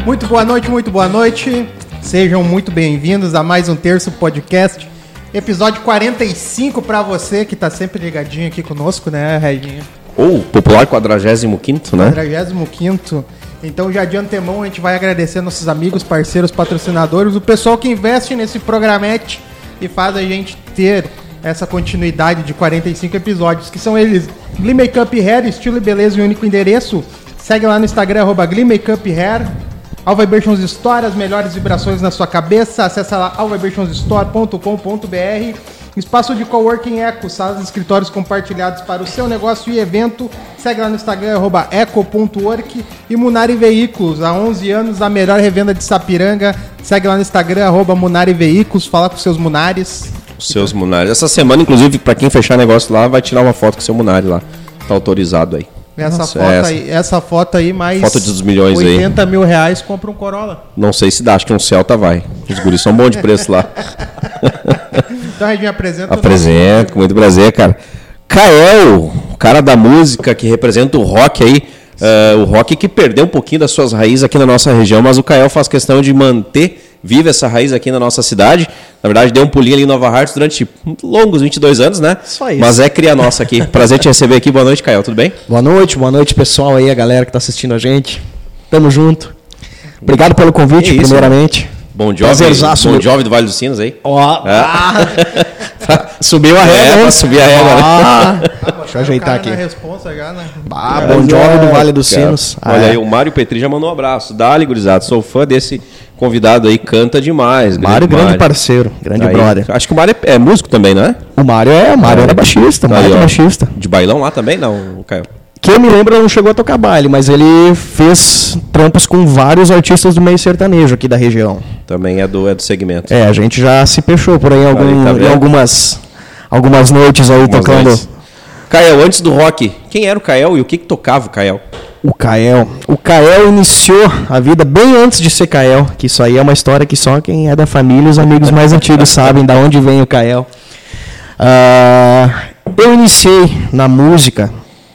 Muito boa noite. Sejam muito bem-vindos a mais um Terço Podcast. Episódio 45 para você que tá sempre ligadinho aqui conosco, né, Reginho? Ou popular 45º, né? 45º. Então já de antemão a gente vai agradecer nossos amigos, parceiros, patrocinadores, o pessoal que investe nesse programete e faz a gente ter essa continuidade de 45 episódios, que são eles: Glee Makeup Hair, estilo e beleza e único endereço. Segue lá no Instagram, @Glee Makeup Hair. All Vibrations Store, as melhores vibrações na sua cabeça. Acesse lá allvibrationsstore.com.br. Espaço de Coworking Eco, salas e escritórios compartilhados para o seu negócio e evento. Segue lá no Instagram, @eco.work. E Munari Veículos, há 11 anos, a melhor revenda de Sapiranga. Segue lá no Instagram, @Munari Veículos. Fala com seus Munares. Os seus Munares. Essa semana, inclusive, para quem fechar negócio lá, vai tirar uma foto com o seu Munari lá. Tá autorizado aí. Essa foto aí, mais foto dos milhões 80 mil reais, compra um Corolla. Não sei se dá, acho que um Celta vai. Os guris são bons de preço lá. Então a gente apresenta. Apresento, com muito prazer, cara. Kael, cara da música que representa o rock aí. O rock que perdeu um pouquinho das suas raízes aqui na nossa região, mas o Kael faz questão de manter viva essa raiz aqui na nossa cidade. Na verdade, deu um pulinho ali em Nova Hartz durante longos 22 anos, né? Só isso. Mas é cria nossa aqui. Prazer te receber aqui. Boa noite, Kael. Tudo bem? Boa noite, pessoal aí, a galera que tá assistindo a gente. Tamo junto. Obrigado pelo convite, isso, primeiramente. Bom jovem do Vale dos Sinos aí. Subiu a régua. Subir a régua. Deixa eu ajeitar aqui. Já, né? Bom jovem do Vale dos Sinos. Olha aí, o Mário Petri já mandou um abraço. Dá-lhe, gurizada. Sou fã desse convidado aí, canta demais. Mário, grande parceiro, grande brother. Acho que o Mário é músico também, não é? O Mário era baixista, baixista. De bailão lá também, não, Caio? Que eu me lembro, não chegou a tocar baile, mas ele fez trampos com vários artistas do meio sertanejo aqui da região. Também é do segmento. A gente já se fechou por aí em algumas noites aí tocando. Noites. Kael, antes do rock, quem era o Kael e o que tocava o Kael? O Kael iniciou a vida bem antes de ser Kael, que isso aí é uma história que só quem é da família, os amigos mais antigos sabem da onde vem o Kael. Eu iniciei na música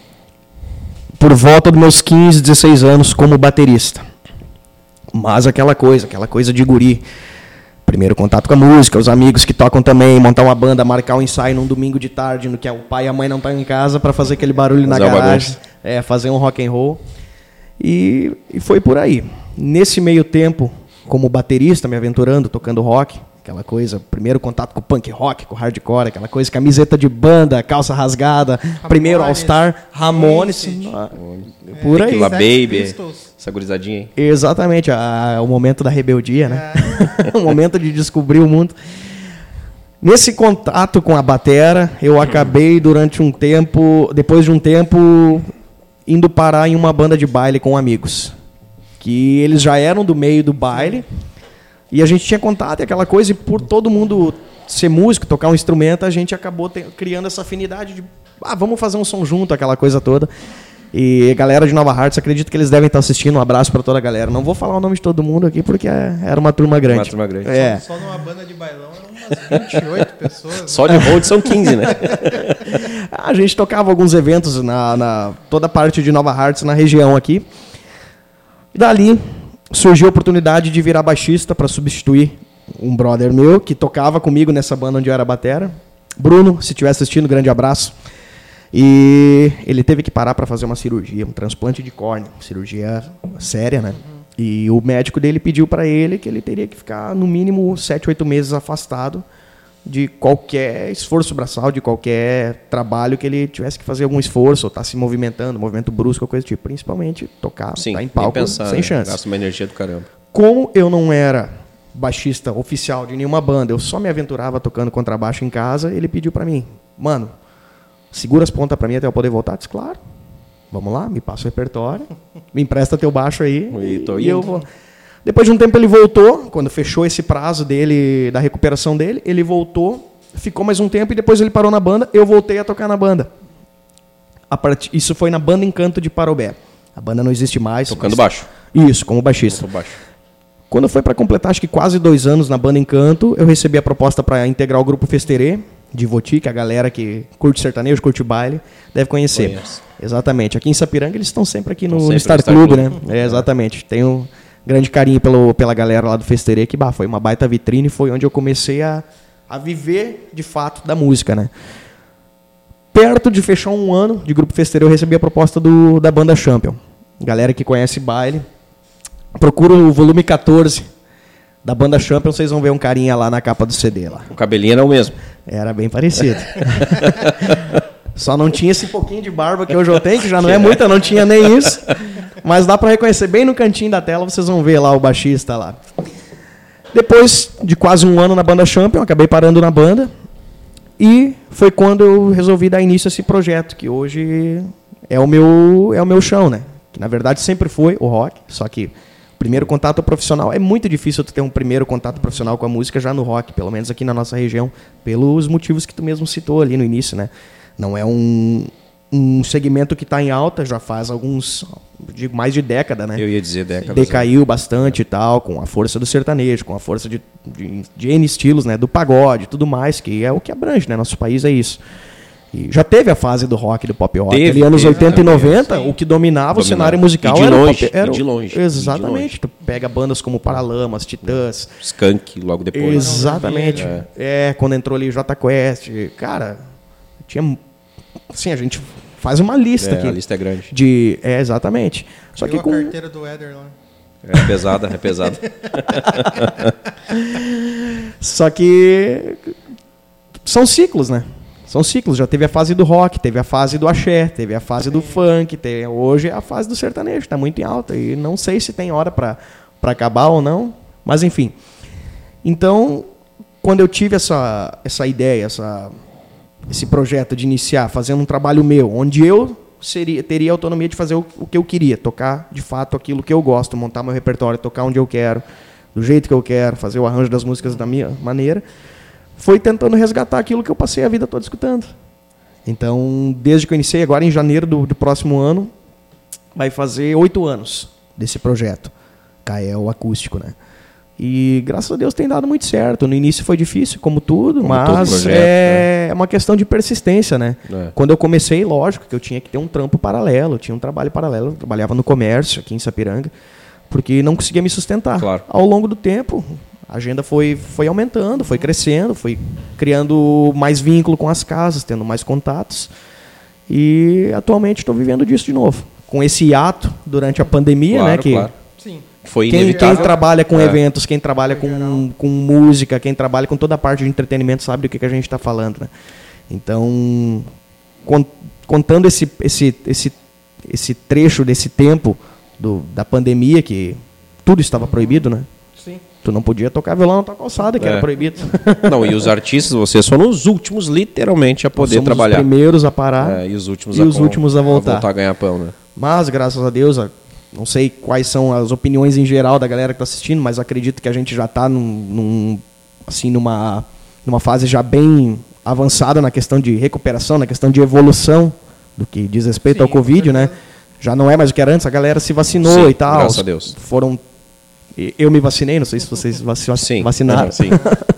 por volta dos meus 15, 16 anos como baterista. Mas aquela coisa de guri. Primeiro contato com a música, os amigos que tocam também, montar uma banda, marcar um ensaio num domingo de tarde, no que o pai e a mãe não estão em casa, para fazer aquele barulho na garagem, fazer um rock and roll. E foi por aí. Nesse meio tempo, como baterista, me aventurando, tocando rock, aquela coisa, primeiro contato com o punk rock, com o hardcore, aquela coisa, camiseta de banda, calça rasgada, Ramones, primeiro All-Star, Ramones, por aí. Baby, essa gurizadinha aí. Exatamente, o momento da rebeldia, né? O momento de descobrir o mundo. Nesse contato com a batera, eu acabei depois de um tempo, indo parar em uma banda de baile com amigos. Que eles já eram do meio do baile, e a gente tinha contato e aquela coisa, e por todo mundo ser músico, tocar um instrumento, a gente acabou criando essa afinidade de, vamos fazer um som junto, aquela coisa toda. E a galera de Nova Hartz, acredito que eles devem estar assistindo. Um abraço para toda a galera. Não vou falar o nome de todo mundo aqui, porque era uma turma grande. Só numa banda de bailão eram umas 28 pessoas. Só de road são 15, né? A gente tocava alguns eventos na toda a parte de Nova Hartz, na região aqui. Dali surgiu a oportunidade de virar baixista para substituir um brother meu que tocava comigo nessa banda onde eu era batera. Bruno, se estiver assistindo, grande abraço. E ele teve que parar para fazer uma cirurgia, um transplante de córnea, cirurgia séria, né? E o médico dele pediu para ele que ele teria que ficar no mínimo 7, 8 meses afastado de qualquer esforço braçal, de qualquer trabalho que ele tivesse que fazer algum esforço, ou estar se movimentando, movimento brusco, coisa do tipo. Principalmente tocar, estar em palco, pensar, sem chance. Gasta uma energia do caramba. Como eu não era baixista oficial de nenhuma banda, eu só me aventurava tocando contrabaixo em casa, ele pediu para mim, mano, segura as pontas para mim até eu poder voltar? Eu disse, claro. Vamos lá, me passa o repertório, me empresta teu baixo aí e eu vou. Depois de um tempo ele voltou, quando fechou esse prazo dele, da recuperação dele, ele voltou, ficou mais um tempo e depois ele parou na banda, eu voltei a tocar na banda. Isso foi na Banda Encanto de Parobé. A banda não existe mais. Tocando baixo? Isso, como baixista. Quando foi para completar, acho que quase 2 anos na Banda Encanto, eu recebi a proposta para integrar o grupo Festerê, de Voti, que a galera que curte sertanejo, curte baile, deve conhecer. Exatamente. Aqui em Sapiranga eles estão sempre aqui no Star Club, né? Exatamente. grande carinho pela galera lá do Festerê, que foi uma baita vitrine, foi onde eu comecei a viver de fato da música, né? Perto de fechar um ano de Grupo Festerê, eu recebi a proposta da banda Champion. Galera que conhece baile, procura o volume 14 da banda Champion, vocês vão ver um carinha lá na capa do CD lá. O cabelinho era o mesmo. Era bem parecido. Só não tinha esse pouquinho de barba que hoje eu tenho, que já não é muita, não tinha nem isso. Mas dá para reconhecer, bem no cantinho da tela, vocês vão ver lá o baixista lá. Depois de quase um ano na banda Champion, acabei parando na banda. E foi quando eu resolvi dar início a esse projeto, que hoje é o meu chão, né? Que na verdade sempre foi o rock, só que o primeiro contato profissional, é muito difícil tu ter um primeiro contato profissional com a música já no rock, pelo menos aqui na nossa região, pelos motivos que tu mesmo citou ali no início, né? Não é um segmento que está em alta, já faz digo, mais de década, né? Eu ia dizer década. Decaiu bastante e tal, com a força do sertanejo, com a força de N estilos, né? Do pagode e tudo mais, que é o que abrange, né? Nosso país é isso. E já teve a fase do rock, do pop rock. Ali anos 80 e 90, o que dominava o cenário musical e de era longe, o pop. Era de longe. Exatamente. De longe. Tu pega bandas como Paralamas, Titãs. Skank, logo depois. Exatamente. Quando entrou ali o Jota Quest. Cara, tinha... Assim, a gente faz uma lista aqui. A lista é grande. Exatamente. Só que com a carteira do Éder lá. É pesada, é pesada. Só que são ciclos, né? São ciclos. Já teve a fase do rock, teve a fase do axé, teve a fase do funk, hoje é a fase do sertanejo, está muito em alta. E não sei se tem hora para acabar ou não, mas enfim. Então, quando eu tive essa ideia, esse projeto de iniciar, fazendo um trabalho meu, onde eu teria autonomia de fazer o que eu queria, tocar de fato aquilo que eu gosto, montar meu repertório, tocar onde eu quero, do jeito que eu quero, fazer o arranjo das músicas da minha maneira, foi tentando resgatar aquilo que eu passei a vida toda escutando. Então, desde que eu iniciei, agora em janeiro do próximo ano, vai fazer 8 anos desse projeto, Kael Acústico, né? E, graças a Deus, tem dado muito certo. No início foi difícil, como tudo, mas todo projeto, é uma questão de persistência, né? Quando eu comecei, lógico que eu tinha que ter um trampo paralelo, tinha um trabalho paralelo, eu trabalhava no comércio aqui em Sapiranga, porque não conseguia me sustentar. Claro. Ao longo do tempo, a agenda foi aumentando, foi crescendo, foi criando mais vínculo com as casas, tendo mais contatos. E, atualmente, estou vivendo disso de novo. Com esse hiato durante a pandemia, claro, né? Que claro. Sim. Foi quem trabalha com eventos, quem trabalha com música, quem trabalha com toda a parte de entretenimento sabe do que a gente está falando, né? Então, contando esse trecho desse tempo da pandemia, que tudo estava proibido, né? Sim. Tu não podia tocar violão na tua calçada, que era proibido. Não, e os artistas, vocês foram os últimos, literalmente, a poder trabalhar. Os primeiros a parar e os últimos a voltar. A ganhar pão, né? Mas, graças a Deus, não sei quais são as opiniões em geral da galera que está assistindo, mas acredito que a gente já está numa fase já bem avançada na questão de recuperação, na questão de evolução do que diz respeito ao Covid, né? Já não é mais o que era antes, a galera se vacinou e tal. Graças a Deus. Eu me vacinei, não sei se vocês vacinaram. Sim.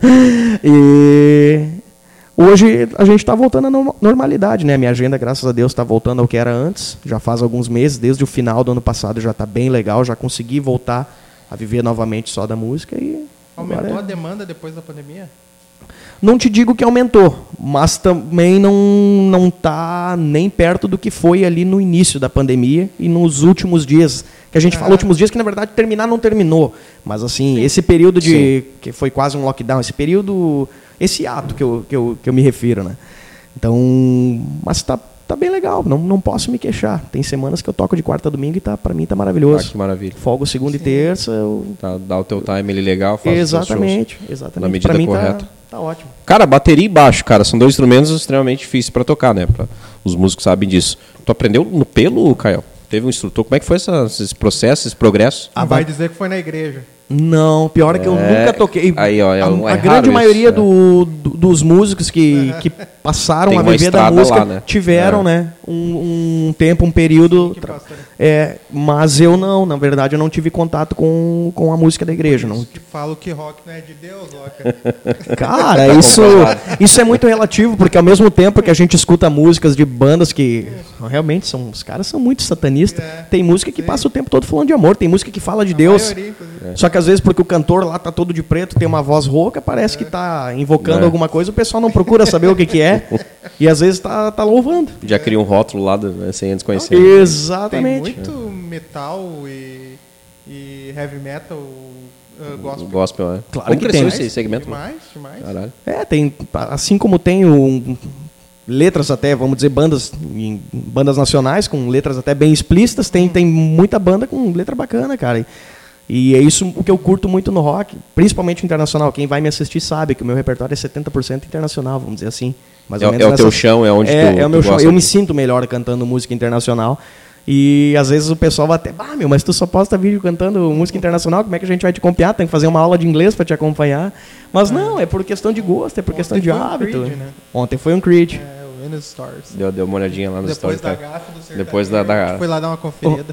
E hoje a gente está voltando à normalidade, né? A minha agenda, graças a Deus, está voltando ao que era antes. Já faz alguns meses, desde o final do ano passado já está bem legal, já consegui voltar a viver novamente só da música. E aumentou a demanda depois da pandemia? Não te digo que aumentou, mas também não está nem perto do que foi ali no início da pandemia e nos últimos dias. Que a gente fala últimos dias, que na verdade terminar não terminou. Mas assim, esse período que foi quase um lockdown, esse ato que eu me refiro, né? Então, mas tá bem legal, não posso me queixar. Tem semanas que eu toco de quarta a domingo e pra mim tá maravilhoso. Que maravilha. Folgo segunda e terça. Dá o teu time legal, faz exatamente. Na medida pra mim correta. Tá ótimo. Cara, bateria e baixo, cara, são 2 instrumentos extremamente difíceis para tocar, né? Os músicos sabem disso. Tu aprendeu no pelo, Kael? Teve um instrutor? Como é que foi esse processo, esse progresso? Vai dizer que foi na igreja. Não, pior é que eu nunca toquei. Aí, ó, a grande maioria dos músicos que passaram a viver da música lá, né? Tiveram, né? Um tempo, um período. Mas eu não, na verdade, eu não tive contato com a música da igreja. Não. Que falo que rock não é de Deus, Loca. Cara, isso é muito relativo, porque ao mesmo tempo que a gente escuta músicas de bandas que realmente os caras são muito satanistas, tem música que passa o tempo todo falando de amor, tem música que fala de Deus. Só que às vezes porque o cantor lá tá todo de preto, tem uma voz rouca, parece que tá invocando alguma coisa, o pessoal não procura saber o que é, e às vezes tá louvando. Já cria um rótulo lá, sem antes conhecer. Exatamente. Tem muito metal e heavy metal gospel. Gospel, né? Claro Como que cresceu tem. esse segmento? Demais. Caralho. Tem, assim como tem letras até, vamos dizer, bandas nacionais com letras até bem explícitas, tem muita banda com letra bacana, cara. E é isso o que eu curto muito no rock, principalmente internacional. Quem vai me assistir sabe que o meu repertório é 70% internacional, vamos dizer assim. Mais ou menos o teu chão, é onde tu é o meu chão. gosta. Eu me sinto melhor cantando música internacional. E às vezes o pessoal vai até, mas tu só posta vídeo cantando música internacional, como é que a gente vai te acompanhar? Tem que fazer uma aula de inglês para te acompanhar. Mas não, é por questão de gosto, é por questão de hábito. Creed, né? Ontem foi um Creed. O Venus Stars. Deu uma olhadinha lá no Depois stories. da gafe do sertanejo. Depois da... Foi lá dar uma conferida.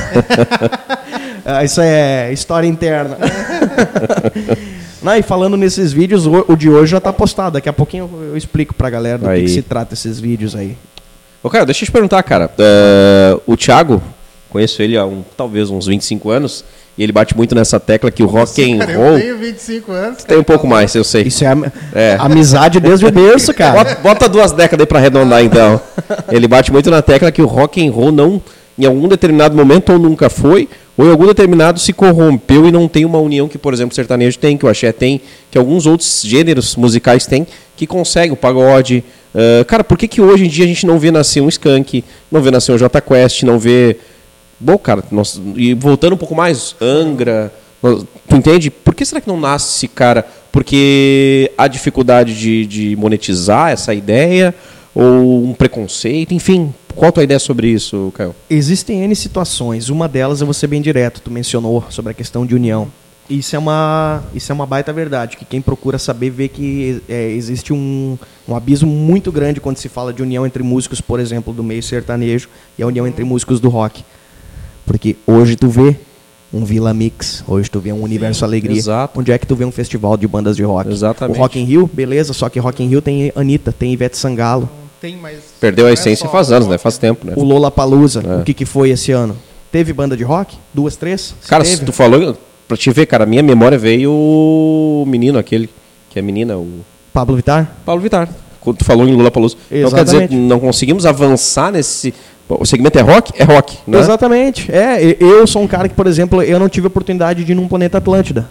Isso é história interna. Não, e falando nesses vídeos, o de hoje já está postado. Daqui a pouquinho eu explico pra galera do que se trata esses vídeos aí. Ô, cara, deixa eu te perguntar, cara. O Thiago, conheço ele há talvez uns 25 anos, e ele bate muito nessa tecla que o rock and roll... Eu tenho 25 anos. Tem um pouco mais, eu sei. Isso é amizade desde o berço, cara. Bota 2 décadas aí pra arredondar, então. Ele bate muito na tecla que o rock and roll não, em algum determinado momento, ou nunca foi, ou em algum determinado se corrompeu e não tem uma união que, por exemplo, o sertanejo tem, que o axé tem, que alguns outros gêneros musicais têm, que conseguem, o pagode... cara, por que hoje em dia a gente não vê nascer um Skank, não vê nascer um Jota Quest, não vê... Bom, cara, e voltando um pouco mais, Angra, tu entende? Por que será que não nasce esse cara? Porque há dificuldade de monetizar essa ideia, ou um preconceito, enfim, qual a tua ideia sobre isso, Caio? Existem N situações, uma delas eu vou ser bem direto, tu mencionou sobre a questão de união. Isso é uma baita verdade, que quem procura saber vê que existe um abismo muito grande quando se fala de união entre músicos, por exemplo, do meio sertanejo, e a união entre músicos do rock. Porque hoje tu vê um Vila Mix, hoje tu vê um Universo Alegria. Exato. Onde é que tu vê um festival de bandas de rock? Exatamente. O Rock in Rio, beleza, só que Rock in Rio tem Anitta, tem Ivete Sangalo. Tem mais... Perdeu a essência faz anos, né? Faz tempo, né? O Lollapalooza, o que foi esse ano? Teve banda de rock? 2, 3? Cara, se tu falou... Pra te ver, cara, a minha memória veio o menino aquele, que é menina, o... Pablo Vittar? Pablo Vittar. Quando tu falou em Lollapalooza. Então quer dizer, não conseguimos avançar nesse... O segmento é rock? É rock, né? Exatamente. Eu sou um cara que, por exemplo, eu não tive a oportunidade de ir num Planeta Atlântida.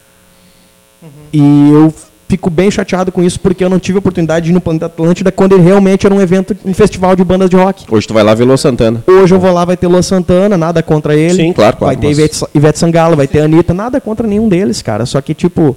E eu fico bem chateado com isso, porque eu não tive a oportunidade de ir no Planeta Atlântida quando ele realmente era um evento, um festival de bandas de rock. Hoje tu vai lá ver Luan Santana. Hoje eu vou lá, vai ter Luan Santana, nada contra ele. Sim, claro. Vai ter Ivete Sangalo, vai ter Anitta, nada contra nenhum deles, cara. Só que, tipo,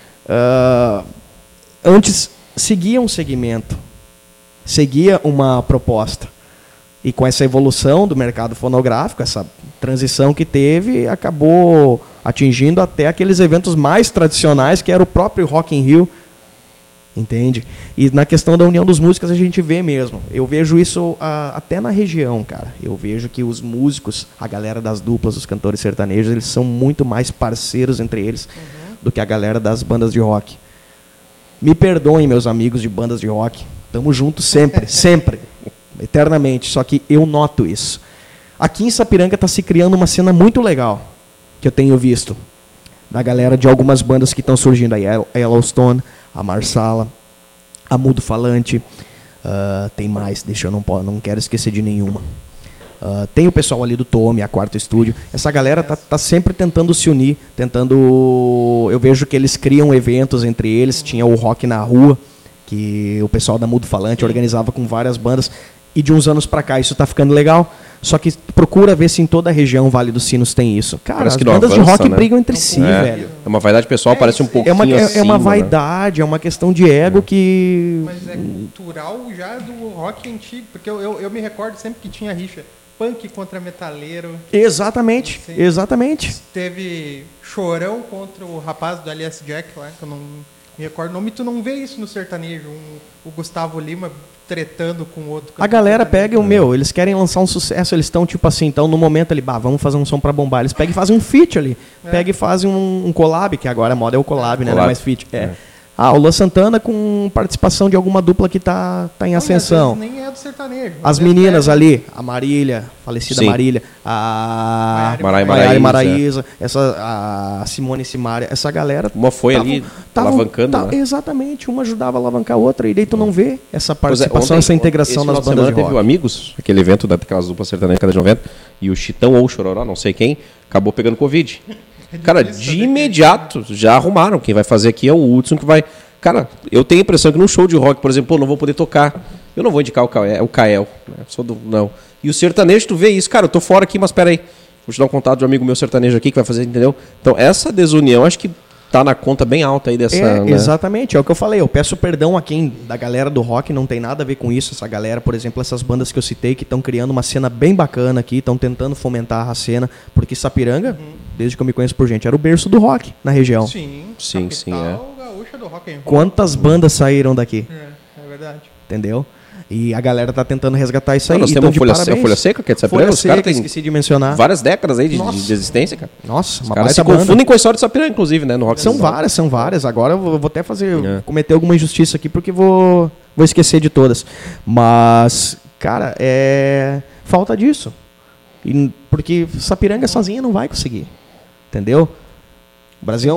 antes seguia um segmento, seguia uma proposta. E com essa evolução do mercado fonográfico, essa transição que teve, acabou atingindo até aqueles eventos mais tradicionais, que era o próprio Rock in Rio, entende? E na questão da união dos músicos a gente vê mesmo. Eu vejo isso até na região, cara. Eu vejo que os músicos, a galera das duplas, os cantores sertanejos, eles são muito mais parceiros entre eles do que a galera das bandas de rock. Me perdoem, meus amigos de bandas de rock. Tamo junto sempre, sempre. Eternamente, só que eu noto isso. Aqui em Sapiranga está se criando uma cena muito legal, que eu tenho visto, da galera de algumas bandas que estão surgindo aí, a Yellowstone, a Marsala, a Mudo Falante, tem mais, eu não quero esquecer de nenhuma. Tem o pessoal ali do Tome, a Quarto Estúdio. Essa galera tá sempre tentando se unir, eu vejo que eles criam eventos entre eles, tinha o Rock na Rua, que o pessoal da Mudo Falante organizava com várias bandas. E de uns anos pra cá isso tá ficando legal. Só que procura ver se em toda a região Vale dos Sinos tem isso. Cara, as bandas de rock brigam entre si, velho. É uma vaidade pessoal, parece um pouquinho assim. É uma vaidade, é uma questão de ego que... Mas é cultural já do rock antigo. Porque eu me recordo sempre que tinha rixa. Punk contra metaleiro. Exatamente, exatamente. Teve Chorão contra o rapaz do LS Jack lá, que eu não recordo o nome, tu não vê isso no sertanejo. O Gustavo Lima tretando com o outro. A galera pega eles querem lançar um sucesso, eles estão tipo assim, então no momento ali, vamos fazer um som pra bombar. Eles pegam e fazem um feat ali. Pega e fazem um collab, que agora a moda é o collab, né? Não é mais feat. O Luan Santana com participação de alguma dupla que tá em ascensão. Nem é do sertanejo. As meninas ali, a Marília, falecida Marília, a Maiara Maraíza, a Simone Simaria, essa galera. Uma foi ali alavancando, né? Exatamente, uma ajudava a alavancar a outra, e daí tu não vê essa participação, essa integração nas bandas de rock. Teve o Amigos, aquele evento daquelas duplas sertanejas da década de 90, e o Chitão ou o Chororó, não sei quem, acabou pegando Covid. Cara, de imediato, já arrumaram. Quem vai fazer aqui é o Hudson que vai... Cara, eu tenho a impressão que num show de rock, por exemplo, não vou poder tocar. Eu não vou indicar o Kael. Né? Não. E o sertanejo, tu vê isso. Cara, eu tô fora aqui, mas peraí. Vou te dar um contato de um amigo meu sertanejo aqui que vai fazer, entendeu? Então, essa desunião, acho que tá na conta bem alta aí dessa... né? Exatamente, é o que eu falei. Eu peço perdão a quem da galera do rock, não tem nada a ver com isso. Essa galera, por exemplo, essas bandas que eu citei, que estão criando uma cena bem bacana aqui, estão tentando fomentar a cena, porque Sapiranga, desde que eu me conheço por gente, era o berço do rock na região. Sim, gaúcha do rock and roll. Quantas bandas saíram daqui? É verdade. Entendeu? E a galera tá tentando resgatar isso aí. Nós temos a Folha Seca, que é de Sapiranga. Os caras esqueci de mencionar. Várias décadas aí de existência, cara. Nossa, os caras se confundem com a história de Sapiranga, inclusive, né? No rock são várias. Agora eu vou até cometer alguma injustiça aqui, porque vou esquecer de todas. Mas, cara, falta disso. Porque Sapiranga sozinha não vai conseguir. Entendeu? O Brasil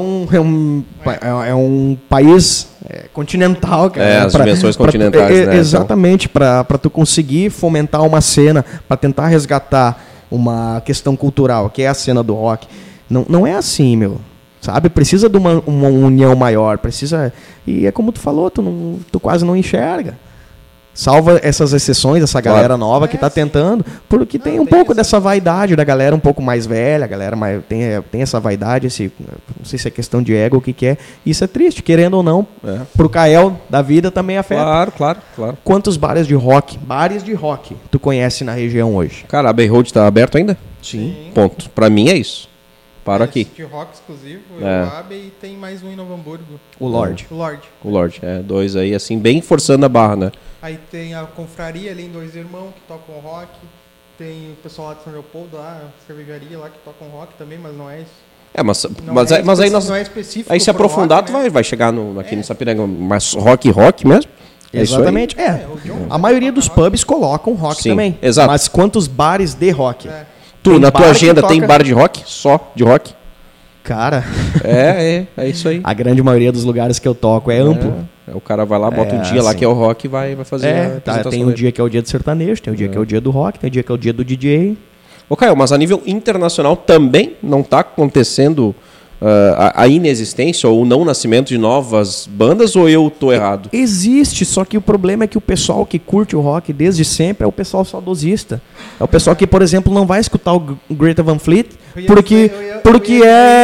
é um país continental, cara. As dimensões continentais, né? Exatamente, para tu conseguir fomentar uma cena, para tentar resgatar uma questão cultural, que é a cena do rock. Não é assim, meu. Sabe? Precisa de uma união maior, precisa... E é como tu falou, tu quase não enxerga. Salva essas exceções, essa galera nova que está tentando, porque tem um pouco dessa vaidade da galera um pouco mais velha, a galera tem essa vaidade, não sei se é questão de ego ou o que é. Isso é triste, querendo ou não, pro Kael da vida também afeta. Claro. Quantos bares de rock tu conhece na região hoje? Cara, a Bay Road tá aberto ainda? Sim. Ponto. Pra mim é isso. Paro aqui. De rock exclusivo, o Abbey, e tem mais um em Novo Hamburgo. O Lorde. O Lorde, dois aí, assim, bem forçando a barra, né? Aí tem a confraria ali em Dois Irmãos, que tocam rock. Tem o pessoal lá de São Leopoldo, a cervejaria lá, que tocam rock também, mas não é isso. Mas aí nós... Não é específico. Aí se aprofundar, rock, tu vai chegar aqui no Sapiranga, mas rock mesmo? Exatamente. A maioria dos pubs colocam rock também. Exato. Mas quantos bares de rock? Tu, na tua agenda, tem bar de rock? Só de rock? Cara... É isso aí. A grande maioria dos lugares que eu toco é amplo. O cara vai lá, bota um dia lá que é o rock e vai fazer a apresentação. Tem um dia que é o dia do sertanejo, tem um dia que é o dia do rock, tem um dia que é o dia do DJ. Ô, Caio, mas a nível internacional também não está acontecendo a inexistência ou o não nascimento de novas bandas, ou eu tô errado? Existe, só que o problema é que o pessoal que curte o rock desde sempre é o pessoal saudosista. É o pessoal que, por exemplo, não vai escutar o Greta Van Fleet porque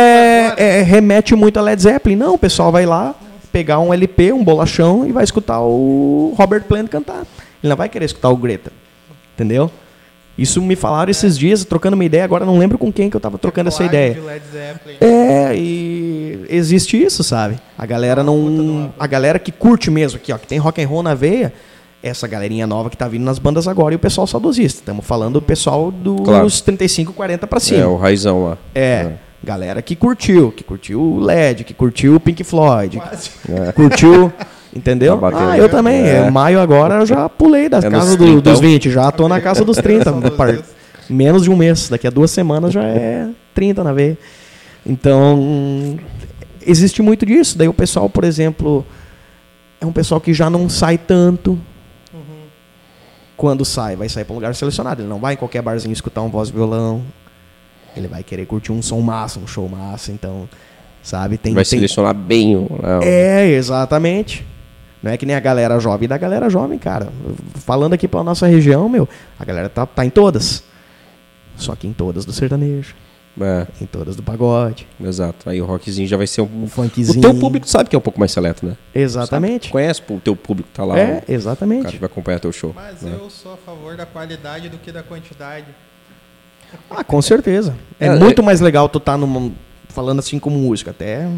remete muito a Led Zeppelin. Não, o pessoal vai lá pegar um LP, um bolachão e vai escutar o Robert Plant cantar. Ele não vai querer escutar o Greta. Entendeu? Isso me falaram esses dias, trocando uma ideia, agora não lembro com quem que eu tava trocando essa ideia. E existe isso, sabe? A galera a galera que curte mesmo aqui, ó, que tem rock and roll na veia, essa galerinha nova que tá vindo nas bandas agora, e o pessoal saudosista. Estamos falando do pessoal dos 35, 40 pra cima. O raizão lá. Galera que curtiu o LED, que curtiu o Pink Floyd, curtiu... Entendeu? Eu também. Maio agora eu já pulei das casas dos 20, já tô na casa dos 30. Menos de um mês. Daqui a 2 semanas já é 30 na veia. Então, existe muito disso. Daí o pessoal, por exemplo, é um pessoal que já não sai tanto. Quando sai, vai sair para um lugar selecionado. Ele não vai em qualquer barzinho escutar um voz e violão. Ele vai querer curtir um som massa, um show massa. Então, sabe? Vai selecionar bem. Exatamente. Não é que nem a galera jovem. Da galera jovem, cara, falando aqui pra nossa região, a galera tá em todas. Só que em todas do sertanejo. Em todas do pagode. Exato. Aí o rockzinho já vai ser um funkzinho. O teu público sabe que é um pouco mais seleto, né? Exatamente. Sabe? Conhece o teu público que tá lá. Exatamente. O cara que vai acompanhar teu show. Mas eu sou a favor da qualidade do que da quantidade. Com certeza. É muito mais legal tu tá falando assim como músico. Até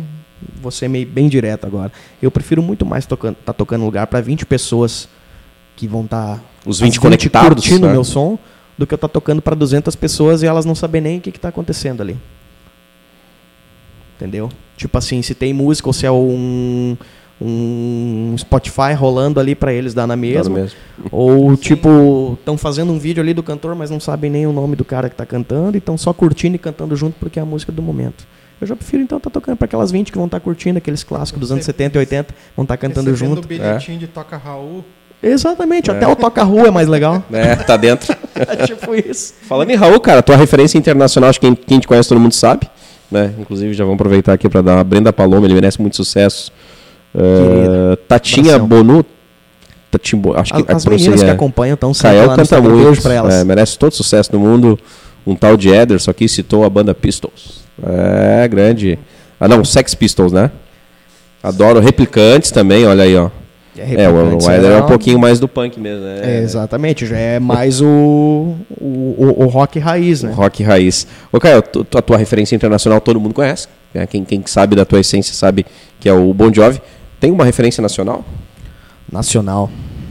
vou ser meio bem direto agora. Eu prefiro muito mais tá tocando lugar para 20 pessoas que vão estar os 20 conectados, curtindo o meu som, do que eu estar tocando para 200 pessoas e elas não saberem nem o que está acontecendo ali. Entendeu? Tipo assim, se tem música ou se é um Spotify rolando ali pra eles, dá na mesma. Ou tipo, estão fazendo um vídeo ali do cantor, mas não sabem nem o nome do cara que tá cantando e estão só curtindo e cantando junto porque é a música do momento. Eu já prefiro então estar tocando para aquelas 20 que vão estar curtindo aqueles clássicos dos anos 70 e 80, vão estar cantando junto. O bilhetinho de Toca Raul. Exatamente, até o Toca Rua é mais legal. Tá dentro. É tipo isso. Falando em Raul, cara, tua referência internacional, acho que quem te conhece todo mundo sabe. Né? Inclusive, já vamos aproveitar aqui para dar uma Brenda Paloma, ele merece muito sucesso. Tatinha Bonu, acho que as meninas que acompanham estão sempre Kael lá canta muito, pra elas. merece todo sucesso do mundo. Um tal de Ederson aqui citou a banda Pistols. É, grande. Não, Sex Pistols, né? Adoro Replicantes também, olha aí, ó. O Eder é um pouquinho mais do punk mesmo, né? Exatamente, já é mais o rock raiz, né? O rock raiz. Ô, Caio, a tua referência internacional todo mundo conhece. Né? Quem sabe da tua essência sabe que é o Bon Jovi. Tem uma referência nacional? Nacional.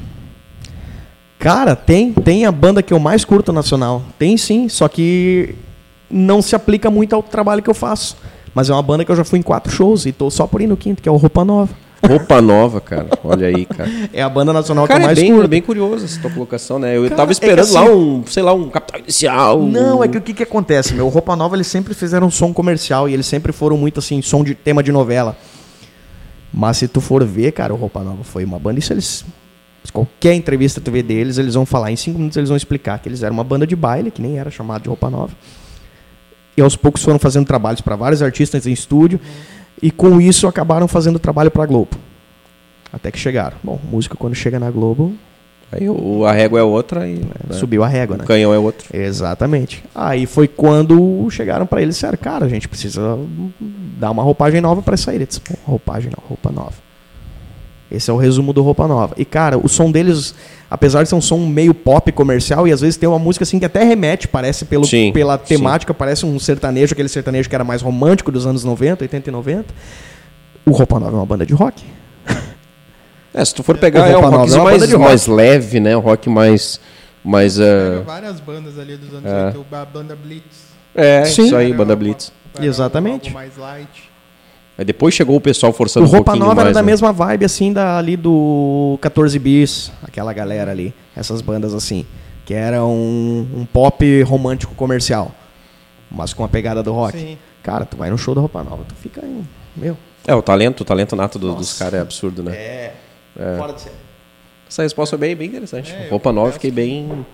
Cara, tem a banda que eu mais curto nacional. Tem sim, só que não se aplica muito ao trabalho que eu faço. Mas é uma banda que eu já fui em 4 shows e tô só por ir no 5º, que é o Roupa Nova. Roupa Nova, cara. Olha aí, cara. É a banda nacional cara, que eu mais curto. É bem curioso essa tua colocação, né? Eu tava esperando lá um Capital Inicial. Não, é que o que acontece, meu? O Roupa Nova, eles sempre fizeram som comercial e eles sempre foram muito, assim, som de tema de novela. Mas se tu for ver, cara, o Roupa Nova foi uma banda, isso eles... Qualquer entrevista que tu vê deles, eles vão falar, em 5 minutos eles vão explicar que eles eram uma banda de baile, que nem era chamado de Roupa Nova. E aos poucos foram fazendo trabalhos para vários artistas em estúdio. E com isso acabaram fazendo trabalho para a Globo. Até que chegaram. Bom, música quando chega na Globo... Aí a régua é outra e... Subiu a régua, né? O canhão é outro. Exatamente. Aí foi quando chegaram para eles e disseram, cara, a gente precisa dar uma roupagem nova para sair. Eles disseram, roupagem não, roupa nova. Esse é o resumo do Roupa Nova. E, cara, o som deles, apesar de ser um som meio pop comercial, e às vezes tem uma música assim que até remete, parece pela temática, parece um sertanejo, aquele sertanejo que era mais romântico dos anos 90, 80 e 90. O Roupa Nova é uma banda de rock. Se tu for pegar, é um rock mais leve, né? Um rock mais várias bandas ali dos anos 80, a banda Blitz. Sim. Isso aí, banda Blitz. Exatamente. Algo mais light. Aí depois chegou o pessoal forçando um pouquinho mais. O Roupa Nova era da mesma vibe, assim, ali do 14 Bis, aquela galera ali, essas bandas assim, que era um pop romântico comercial, mas com a pegada do rock. Sim. Cara, tu vai no show da Roupa Nova, tu fica aí, meu... O talento nato dos caras é absurdo, né? Fora de ser. Essa resposta é bem interessante. Roupa Nova, fiquei bem...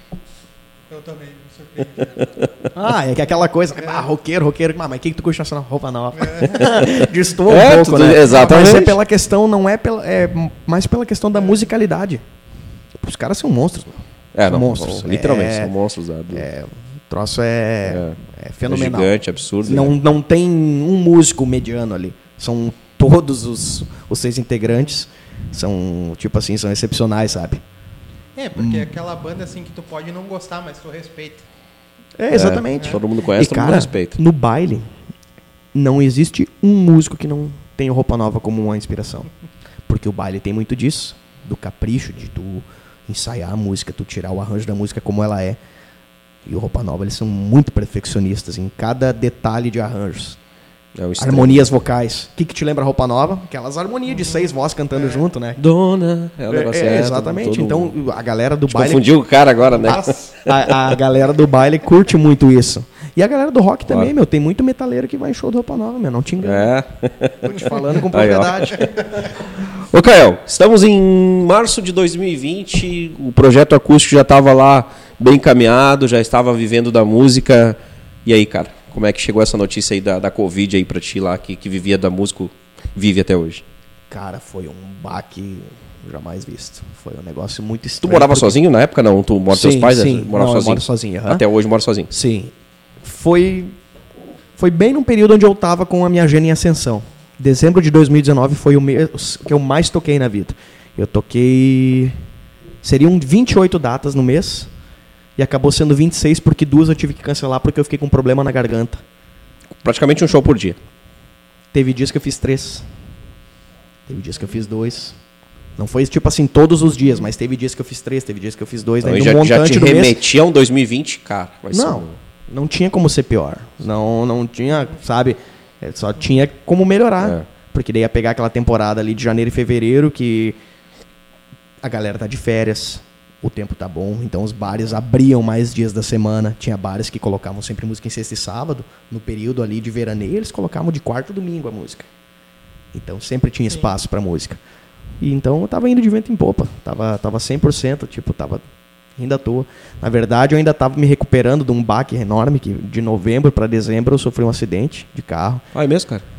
Eu também, me surpreendi. É que aquela coisa, roqueiro, mas o que tu curte nacional? Roupa Nova. Destoa um pouco, né? Exatamente. Mas é pela questão, não é mais pela questão da musicalidade. Os caras são monstros, meu. São monstros. Literalmente, são monstros. O troço é fenomenal. É gigante, absurdo. Não tem um músico mediano ali. São todos os 6 integrantes. São, tipo assim, são excepcionais, sabe? Porque é aquela banda assim que tu pode não gostar, mas tu respeita. Exatamente. Todo mundo conhece, todo mundo respeita. No baile, não existe um músico que não tenha Roupa Nova como uma inspiração. Porque o baile tem muito disso, do capricho de tu ensaiar a música, tu tirar o arranjo da música como ela é. E o Roupa Nova, eles são muito perfeccionistas em cada detalhe de arranjos. Harmonias vocais. O que te lembra Roupa Nova? Aquelas harmonias de 6 vozes cantando junto, né? Dona. O negócio exatamente. Então, a galera do baile... Confundiu o cara agora, né? A galera do baile curte muito isso. E a galera do rock também, meu. Tem muito metaleiro que vai em show do Roupa Nova, meu. Não te engano. Tô te falando com propriedade. Ô, Cael, estamos em março de 2020. O projeto acústico já estava lá bem encaminhado, já estava vivendo da música. E aí, cara? Como é que chegou essa notícia aí da Covid aí pra ti lá, que vivia da música, vive até hoje? Cara, foi um baque jamais visto. Foi um negócio muito estranho. Tu morava sozinho na época, não? Tu mora com teus pais? Sim, morava sozinho? Eu moro sozinho. Até hoje moro sozinho? Sim. Foi bem num período onde eu tava com a minha agenda em ascensão. Dezembro de 2019 foi o mês que eu mais toquei na vida. Eu toquei... Seriam 28 datas no mês... E acabou sendo 26, porque 2 eu tive que cancelar porque eu fiquei com um problema na garganta. Praticamente um show por dia. Teve dias que eu fiz 3. Teve dias que eu fiz 2. Não foi tipo assim todos os dias, mas teve dias que eu fiz 3, teve dias que eu fiz 2. Então, já te remetia a um 2020, cara. Não tinha como ser pior. Não tinha, sabe? Só tinha como melhorar. Porque daí ia pegar aquela temporada ali de janeiro e fevereiro que a galera tá de férias, o tempo tá bom, então os bares abriam mais dias da semana. Tinha bares que colocavam sempre música em sexta e sábado, no período ali de veraneio, eles colocavam de quarta a domingo a música. Então sempre tinha espaço pra música. E então eu tava indo de vento em popa, tava 100%, tipo, tava indo à toa. Na verdade, eu ainda tava me recuperando de um baque enorme, que de novembro pra dezembro eu sofri um acidente de carro. Ah, é mesmo, cara?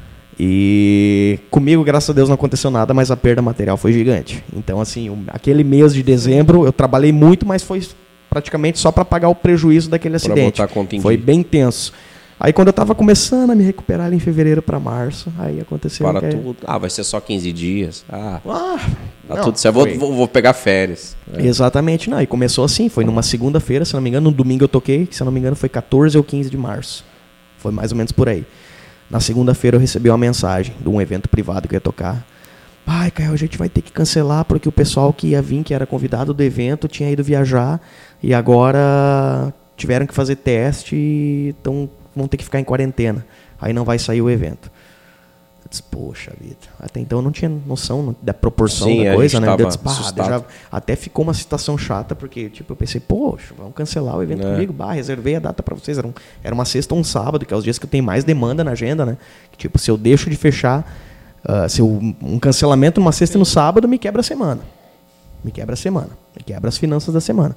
E comigo, graças a Deus, não aconteceu nada, mas a perda material foi gigante. Então, assim, aquele mês de dezembro, eu trabalhei muito, mas foi praticamente só para pagar o prejuízo daquele acidente. Foi bem tenso. Aí, quando eu estava começando a me recuperar ali em fevereiro para março, aí aconteceu... Tudo. Vai ser só 15 dias. Tá não, tudo certo. Vou pegar férias. Exatamente, não. E começou assim, foi numa segunda-feira, se não me engano, no domingo eu toquei, se não me engano foi 14 ou 15 de março. Foi mais ou menos por aí. Na segunda-feira eu recebi uma mensagem de um evento privado que eu ia tocar. Caio, a gente vai ter que cancelar porque o pessoal que ia vir, que era convidado do evento, tinha ido viajar e agora tiveram que fazer teste e vão ter que ficar em quarentena. Aí não vai sair o evento. Eu disse, poxa vida. Até então eu não tinha noção da proporção da coisa, né? Eu disse, até ficou uma situação chata, porque tipo, eu pensei, poxa, vamos cancelar o evento comigo. Reservei a data para vocês. Era uma sexta ou um sábado, que é os dias que eu tenho mais demanda na agenda, né? Que, tipo, se eu deixo de fechar, um cancelamento numa sexta e no sábado, me quebra a semana. Me quebra as finanças da semana.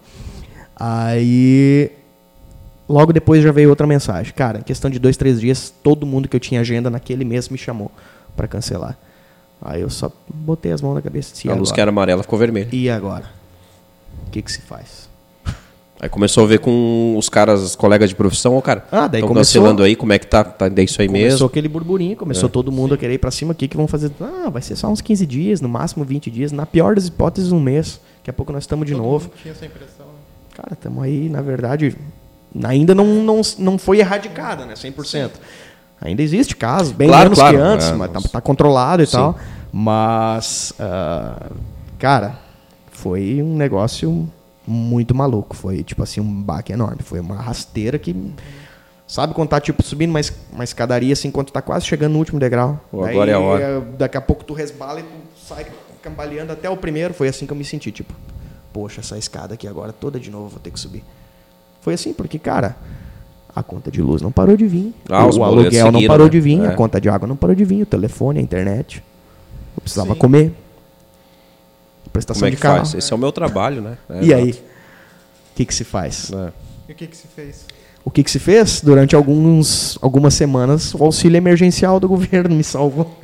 Aí... Logo depois já veio outra mensagem. Cara, em questão de 2, 3 dias, todo mundo que eu tinha agenda naquele mês me chamou para cancelar. Aí eu só botei as mãos na cabeça e disse, a luz que era amarela ficou vermelha. E agora? O que se faz? Aí começou a ver com os caras, os colegas de profissão, cara, daí estão cancelando aí, como é que tá isso aí mesmo? Começou aquele burburinho, começou todo mundo a querer ir para cima, o que vão fazer? Vai ser só uns 15 dias, no máximo 20 dias, na pior das hipóteses, um mês. Daqui a pouco nós estamos de novo. Não tinha essa impressão, né? Cara, estamos aí, na verdade... Ainda não foi erradicada, né? 100%. Sim. Ainda existe casos, bem menos que antes, mas tá controlado e tal. Mas, cara, foi um negócio muito maluco. Foi, tipo assim, um baque enorme. Foi uma rasteira que... Sabe quando tá, tipo, subindo uma escadaria, assim, quando tu tá quase chegando no último degrau. Agora é a hora. Daqui a pouco tu resbala e tu sai cambaleando até o primeiro. Foi assim que eu me senti, tipo... Poxa, essa escada aqui agora toda de novo vou ter que subir. Foi assim, porque, cara, a conta de luz não parou de vir, o aluguel não parou de vir, a conta de água não parou de vir, o telefone, a internet. Eu precisava comer. Prestação de carro. Faz? Esse é o meu trabalho, né? E aí? O que se faz? E o que se fez? O que se fez? Durante algumas semanas, o auxílio emergencial do governo me salvou.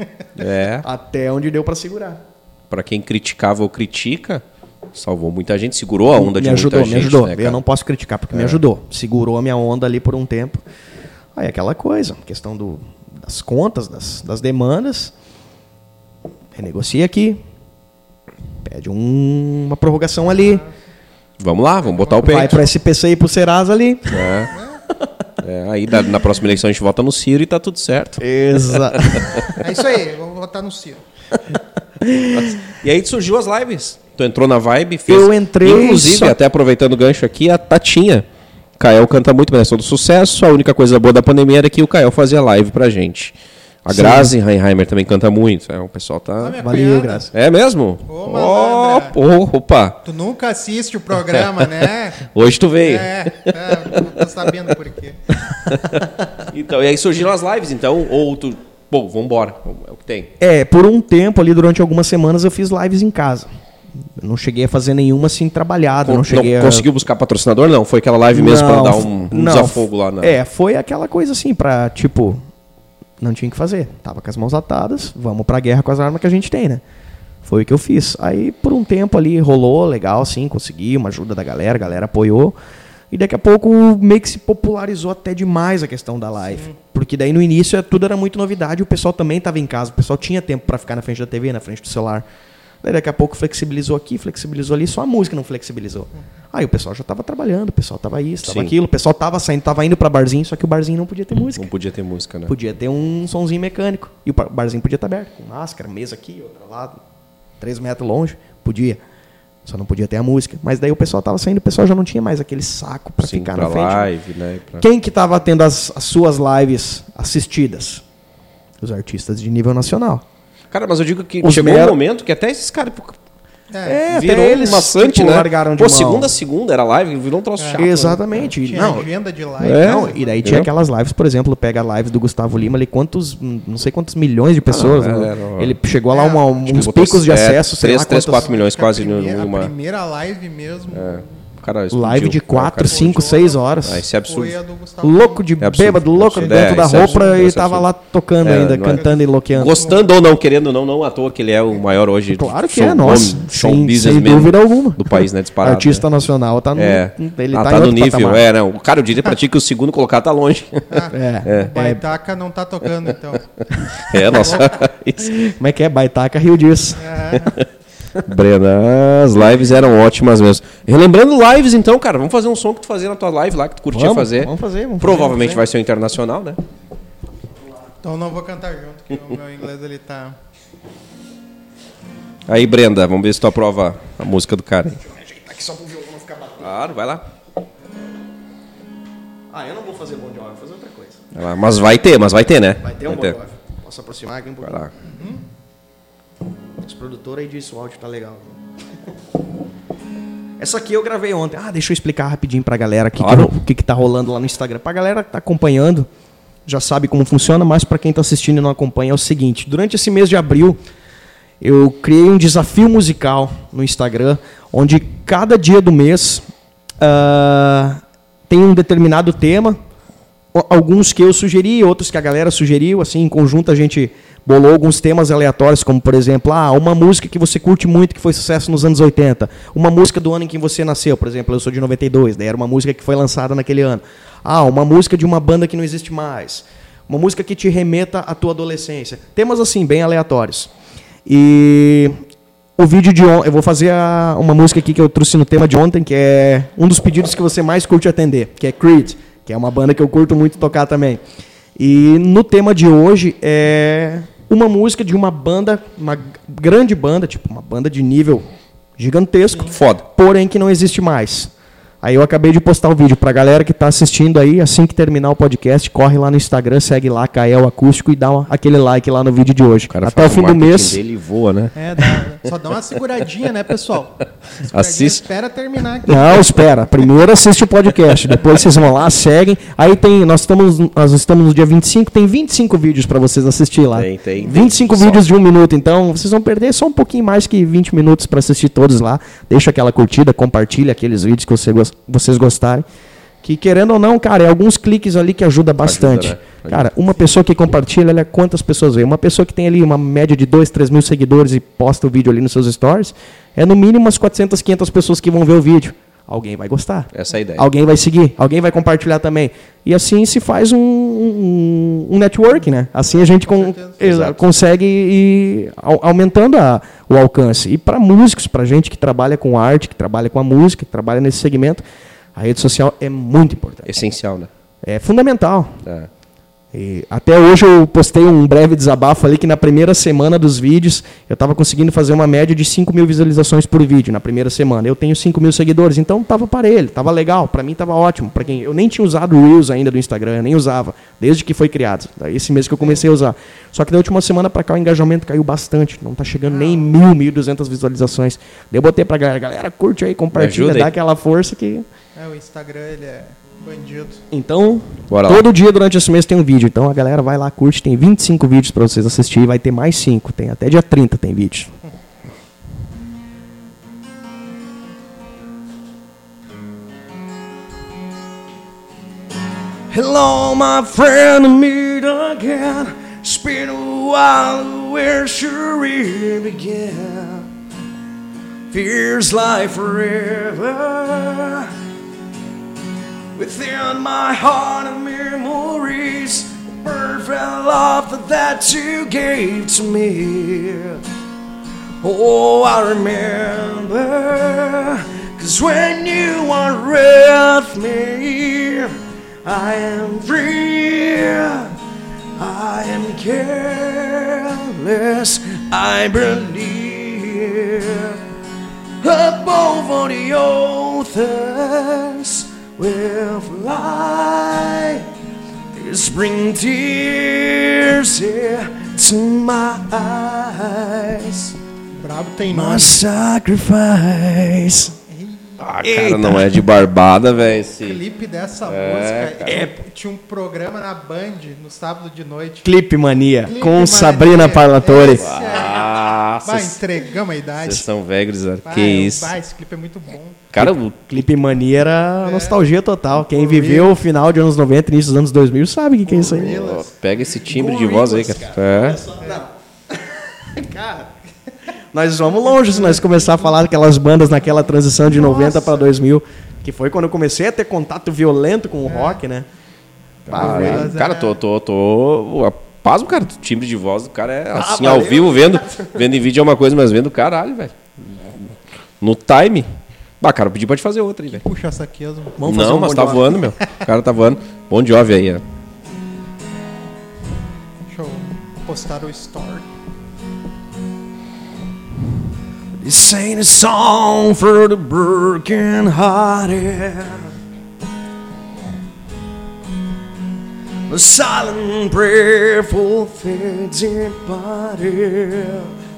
Até onde deu para segurar. Para quem criticava ou critica... Salvou muita gente, segurou a onda de muita gente. Me ajudou. Né, eu não posso criticar porque me ajudou. Segurou a minha onda ali por um tempo. Aí aquela coisa, questão das contas, das demandas. Renegocia aqui. Pede uma prorrogação ali. Vamos lá, vamos botar o peito. Vai pro SPC e pro Serasa ali. Aí na próxima eleição a gente vota no Ciro e tá tudo certo. Exato. É isso aí, vamos votar no Ciro. E aí surgiu as lives. Tu entrou na vibe, fez. Eu entrei. Inclusive, até aproveitando o gancho aqui, a Tatinha. Kael canta muito, mas é todo sucesso. A única coisa boa da pandemia era que o Kael fazia live pra gente. A Grazi Reinheimer também canta muito. O pessoal tá. Valeu, Grazi. É mesmo? Opa! Tu nunca assiste o programa, né? Hoje tu veio. Não tô sabendo por quê. Então, e aí surgiram as lives, então, ou tu. Bom, vambora. É o que tem. Por um tempo ali, durante algumas semanas, eu fiz lives em casa. Eu não cheguei a fazer nenhuma assim trabalhada. Não conseguiu buscar patrocinador? Não? Foi aquela live mesmo para dar um desafogo lá? Foi aquela coisa assim, pra tipo... Não tinha o que fazer. Tava com as mãos atadas, vamos pra guerra com as armas que a gente tem, né? Foi o que eu fiz. Aí, por um tempo ali, rolou, legal, sim, consegui uma ajuda da galera, a galera apoiou. E daqui a pouco meio que se popularizou até demais a questão da live. Sim. Porque daí no início tudo era muito novidade, o pessoal também estava em casa, o pessoal tinha tempo para ficar na frente da TV, na frente do celular. Daí daqui a pouco flexibilizou aqui, flexibilizou ali, só a música não flexibilizou. Aí o pessoal já estava trabalhando, o pessoal estava isso, estava aquilo, o pessoal estava saindo, estava indo para barzinho, só que o barzinho não podia ter música. Não podia ter música, né? Podia ter um sonzinho mecânico. E o barzinho podia estar aberto, com máscara, mesa aqui, outra lá, 3 metros longe, podia. Só não podia ter a música. Mas daí o pessoal estava saindo, o pessoal já não tinha mais aquele saco para ficar na frente. Live, né? Quem que estava tendo as suas lives assistidas? Os artistas de nível nacional. Cara, mas eu digo que chegou um momento que até esses caras virou até eles, maçante, tipo, né? largaram de Pô, mão. segunda era live, virou um troço chato. Exatamente. Tinha Não, agenda de live. não, e daí tinha aquelas lives, por exemplo, pega a live do Gustavo Lima ali, não sei quantos milhões de pessoas. Ele chegou lá uns picos de acesso, 3, 4 milhões quase A primeira live mesmo. Cara, live de 4, 5, 6 horas. Esse é absurdo. Foi a do Gustavo Louco de bêbado, louco dentro da roupa e tava lá tocando ainda, cantando e loqueando. Gostando ou não, querendo ou não à toa que ele é o maior hoje. Claro que é, nossa. Show Sem business dúvida alguma. do país, né? Disparado. Artista nacional tá no, ele tá em no outro nível. patamar. Não. Cara, eu diria pra ti que o segundo colocado tá longe. O Baitaca não tá tocando, então. Nossa. Como é que é? Baitaca riu disso. Brena, as lives eram ótimas mesmo. Relembrando lives, então, cara, vamos fazer um som que tu fazia na tua live lá, que tu curtia fazer. Vamos fazer. Provavelmente vai ser o internacional, né? Então não vou cantar junto, que o meu inglês ele tá... Aí, Brenda, vamos ver se tu aprova a música do cara. Deixa eu ajeitar aqui só pro violão não ficar batendo. Claro, vai lá. Eu não vou fazer Bon Jovi, vou fazer outra coisa. Vai lá. Mas vai ter, né? Vai ter um Bon Jovi. Posso aproximar aqui um pouquinho? Vai lá. Os produtores aí disse o áudio tá legal. Essa aqui eu gravei ontem. Deixa eu explicar rapidinho pra galera aqui o que tá rolando lá no Instagram. Pra galera que tá acompanhando, já sabe como funciona, mas pra quem tá assistindo e não acompanha é o seguinte. Durante esse mês de abril, eu criei um desafio musical no Instagram, onde cada dia do mês tem um determinado tema, alguns que eu sugeri, outros que a galera sugeriu, assim, em conjunto a gente bolou alguns temas aleatórios, como, por exemplo, uma música que você curte muito, que foi sucesso nos anos 80. Uma música do ano em que você nasceu, por exemplo, eu sou de 92, daí era uma música que foi lançada naquele ano. Uma música de uma banda que não existe mais. Uma música que te remeta à tua adolescência. Temas, assim, bem aleatórios. E o vídeo de ontem, eu vou fazer uma música aqui que eu trouxe no tema de ontem, que é um dos pedidos que você mais curte atender, que é Creed, que é uma banda que eu curto muito tocar também. E no tema de hoje é uma música de uma banda, uma grande banda, tipo uma banda de nível gigantesco, foda, porém que não existe mais. Aí eu acabei de postar o vídeo pra galera que tá assistindo aí, assim que terminar o podcast, corre lá no Instagram, segue lá, Kael Acústico, e dá aquele like lá no vídeo de hoje. Até o fim do mês. Dele voa, né? Só dá uma seguradinha, né, pessoal? Assiste. Espera terminar aqui. Não, espera. Primeiro assiste o podcast, depois vocês vão lá, seguem. Aí tem, nós estamos no dia 25, tem 25 vídeos pra vocês assistir lá. Tem 25 vídeos de 1 minuto, então vocês vão perder só um pouquinho mais que 20 minutos pra assistir todos lá. Deixa aquela curtida, compartilha aqueles vídeos que vocês gostarem. Que querendo ou não, cara, é alguns cliques ali que ajuda bastante. Ajuda, né? Cara, uma pessoa que compartilha, olha quantas pessoas vê. Uma pessoa que tem ali uma média de 2, 3 mil seguidores e posta o vídeo ali nos seus stories, é no mínimo umas 400, 500 pessoas que vão ver o vídeo. Alguém vai gostar. Essa é a ideia. Alguém vai seguir, alguém vai compartilhar também. E assim se faz um network, né? Assim a gente consegue ir aumentando o alcance. E para músicos, para gente que trabalha com arte, que trabalha com a música, que trabalha nesse segmento, a rede social é muito importante. Essencial, né? É fundamental. É. E até hoje eu postei um breve desabafo ali que na primeira semana dos vídeos eu estava conseguindo fazer uma média de 5 mil visualizações por vídeo na primeira semana. Eu tenho 5 mil seguidores, então estava parelho, estava legal, para mim estava ótimo. Para quem eu nem tinha usado o Reels ainda do Instagram, eu nem usava, desde que foi criado. Daí esse mês que eu comecei a usar. Só que da última semana para cá o engajamento caiu bastante, não está chegando nem 1.200 visualizações. Daí eu botei para galera, curte aí, compartilha, dá aquela força que... o Instagram ele é bandido. Então, bora todo lá. dia durante esse mês tem um vídeo. Então a galera vai lá, curte, tem 25 vídeos para vocês assistirem, vai ter mais 5, tem até dia 30 tem vídeo. Hello, my friend, meet again. It's been a while, where should we begin? Feels like forever. Within my heart of memories, perfect love that you gave to me. Oh, I remember, 'cause when you are with me, I am free, I am careless, I believe above all the others will fly. These bring tears into my eyes. Brabo tem My nome. sacrifice. Ah, cara, não é de barbada, velho. O Esse... clipe dessa É, música tinha um programa na Band no sábado de noite. Clipe Mania, Clipe com Mania. Sabrina Parlatore. Esse aí. Ah, Vai, vocês entregamos a idade. são velhos, que Vai, isso. vai, esse clipe é muito bom. Cara, o Clipe Mania era nostalgia total. Quem For viveu real. o final de anos 90 início dos anos 2000 sabe o que é isso aí. Gorillaz. pega esse timbre de voz aí, cara. É. Nós vamos longe se nós começar a falar daquelas bandas naquela transição de 90 para 2000, que foi quando eu comecei a ter contato violento com o rock, né? Cara, Mas, cara, tô pasmo, cara. O timbre de voz do cara é assim, valeu. ao vivo, vendo em vídeo é uma coisa, mas vendo, caralho, velho. No time. Bah, cara, eu pedi pra te fazer outra aí, velho. Puxa essa aqui, as- Vamos fazer Não, um mas Bon tá Jovi. voando, meu. O cara tá voando. Bon Jovi aí, ó. deixa eu postar o story. This ain't a song for the broken hearted. A silent prayer for faith departed.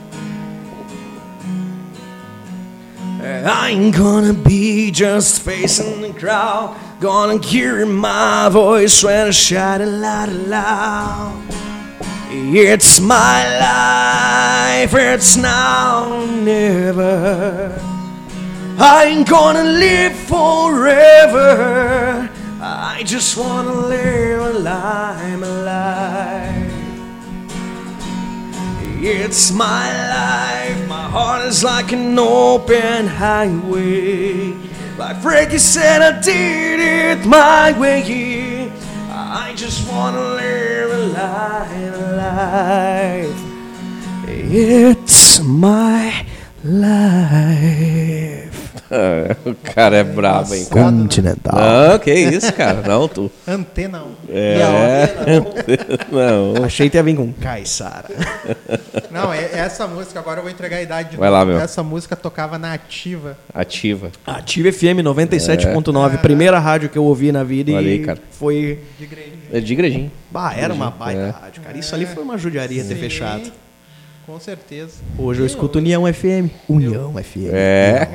I ain't gonna be just facing the crowd. Gonna carry my voice when I shout it loud and loud. It's my life, it's now or never. I ain't gonna live forever. I just wanna live a life, my life. It's my life, my heart is like an open highway. Like Frankie said, I did it my way. I just wanna live a life. It's my life. O cara é brabo, hein, cara. Continental. Não, que isso, cara. Não, tu. Antena 1. É. Não. Achei que ia vir com Caissara. Não, essa música, agora eu vou entregar a idade de Vai novo. lá, meu. Essa música tocava na Ativa. Ativa. Ativa FM 97.9, primeira rádio que eu ouvi na vida. Olha e aí, cara. foi... De igreja. É de igrejinha. Bah, era uma baita rádio, cara. Isso ali foi uma judiaria ter Sim, fechado. Com certeza. Hoje eu escuto União FM. União FM. É.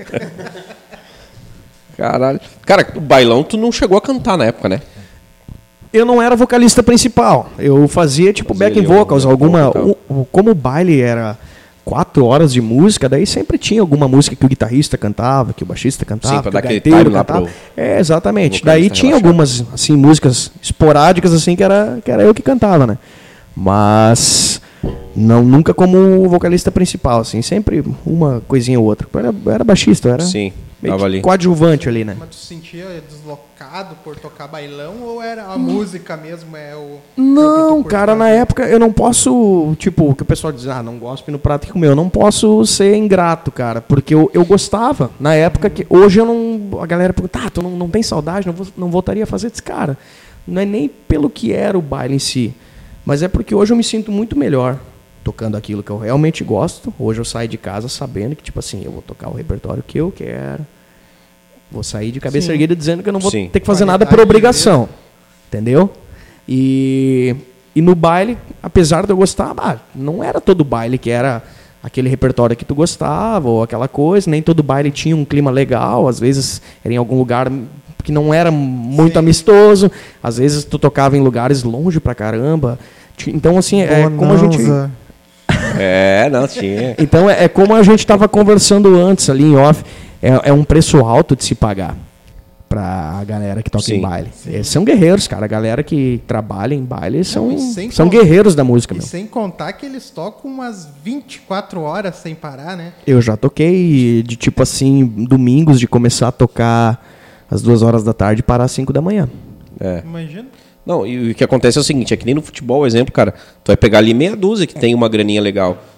Caralho. Cara, o bailão tu não chegou a cantar na época, né? Eu não era vocalista principal. Eu fazia tipo Fazia backing ali vocals, um alguma. vocal Como o baile era 4 horas de música, daí sempre tinha alguma música que o guitarrista cantava, que o baixista cantava, Sim, pra que dar o aquele gaiteiro time lá cantava. pro É, exatamente. vocalista Daí tinha relaxar. algumas assim músicas esporádicas assim que era eu que cantava, né? Mas nunca como vocalista principal, assim, sempre uma coisinha ou outra. Eu era baixista, eu era Sim, meio tava que ali. coadjuvante ali, né? Mas tu se sentia deslocado por tocar bailão ou era a música mesmo? É o Não, o que tu cara, curte na fazer? época eu não posso, tipo, que o pessoal diz, não gosto no prato que comeu. Eu não posso ser ingrato, cara, porque eu gostava. Na época que. Hoje eu não. A galera pergunta, tu não tem saudade, não voltaria a fazer desse cara. Não é nem pelo que era o baile em si, mas é porque hoje eu me sinto muito melhor tocando aquilo que eu realmente gosto. Hoje eu saio de casa sabendo que, tipo assim, eu vou tocar o repertório que eu quero. Vou sair de cabeça Sim. erguida dizendo que eu não vou Sim. ter que fazer nada por Qualidade obrigação. Entendeu? E no baile, apesar de eu gostar, não era todo baile que era aquele repertório que tu gostava ou aquela coisa. Nem todo baile tinha um clima legal. Às vezes era em algum lugar que não era muito amistoso. Às vezes tu tocava em lugares longe pra caramba. Então, assim, é como a gente... Bonanza. É, não, tinha. Então é como a gente estava conversando antes ali em off, é um preço alto de se pagar pra galera que toca Sim. em baile. Eles são guerreiros, cara. A galera que trabalha em baile são e sem são con- guerreiros da música, E meu. sem contar que eles tocam umas 24 horas sem parar, né? Eu já toquei de tipo assim, domingos de começar a tocar às 2 horas da tarde e parar às 5 da manhã. É. Imagina. Não, e o que acontece é o seguinte, é que nem no futebol, exemplo, cara, tu vai pegar ali meia dúzia que tem uma graninha legal.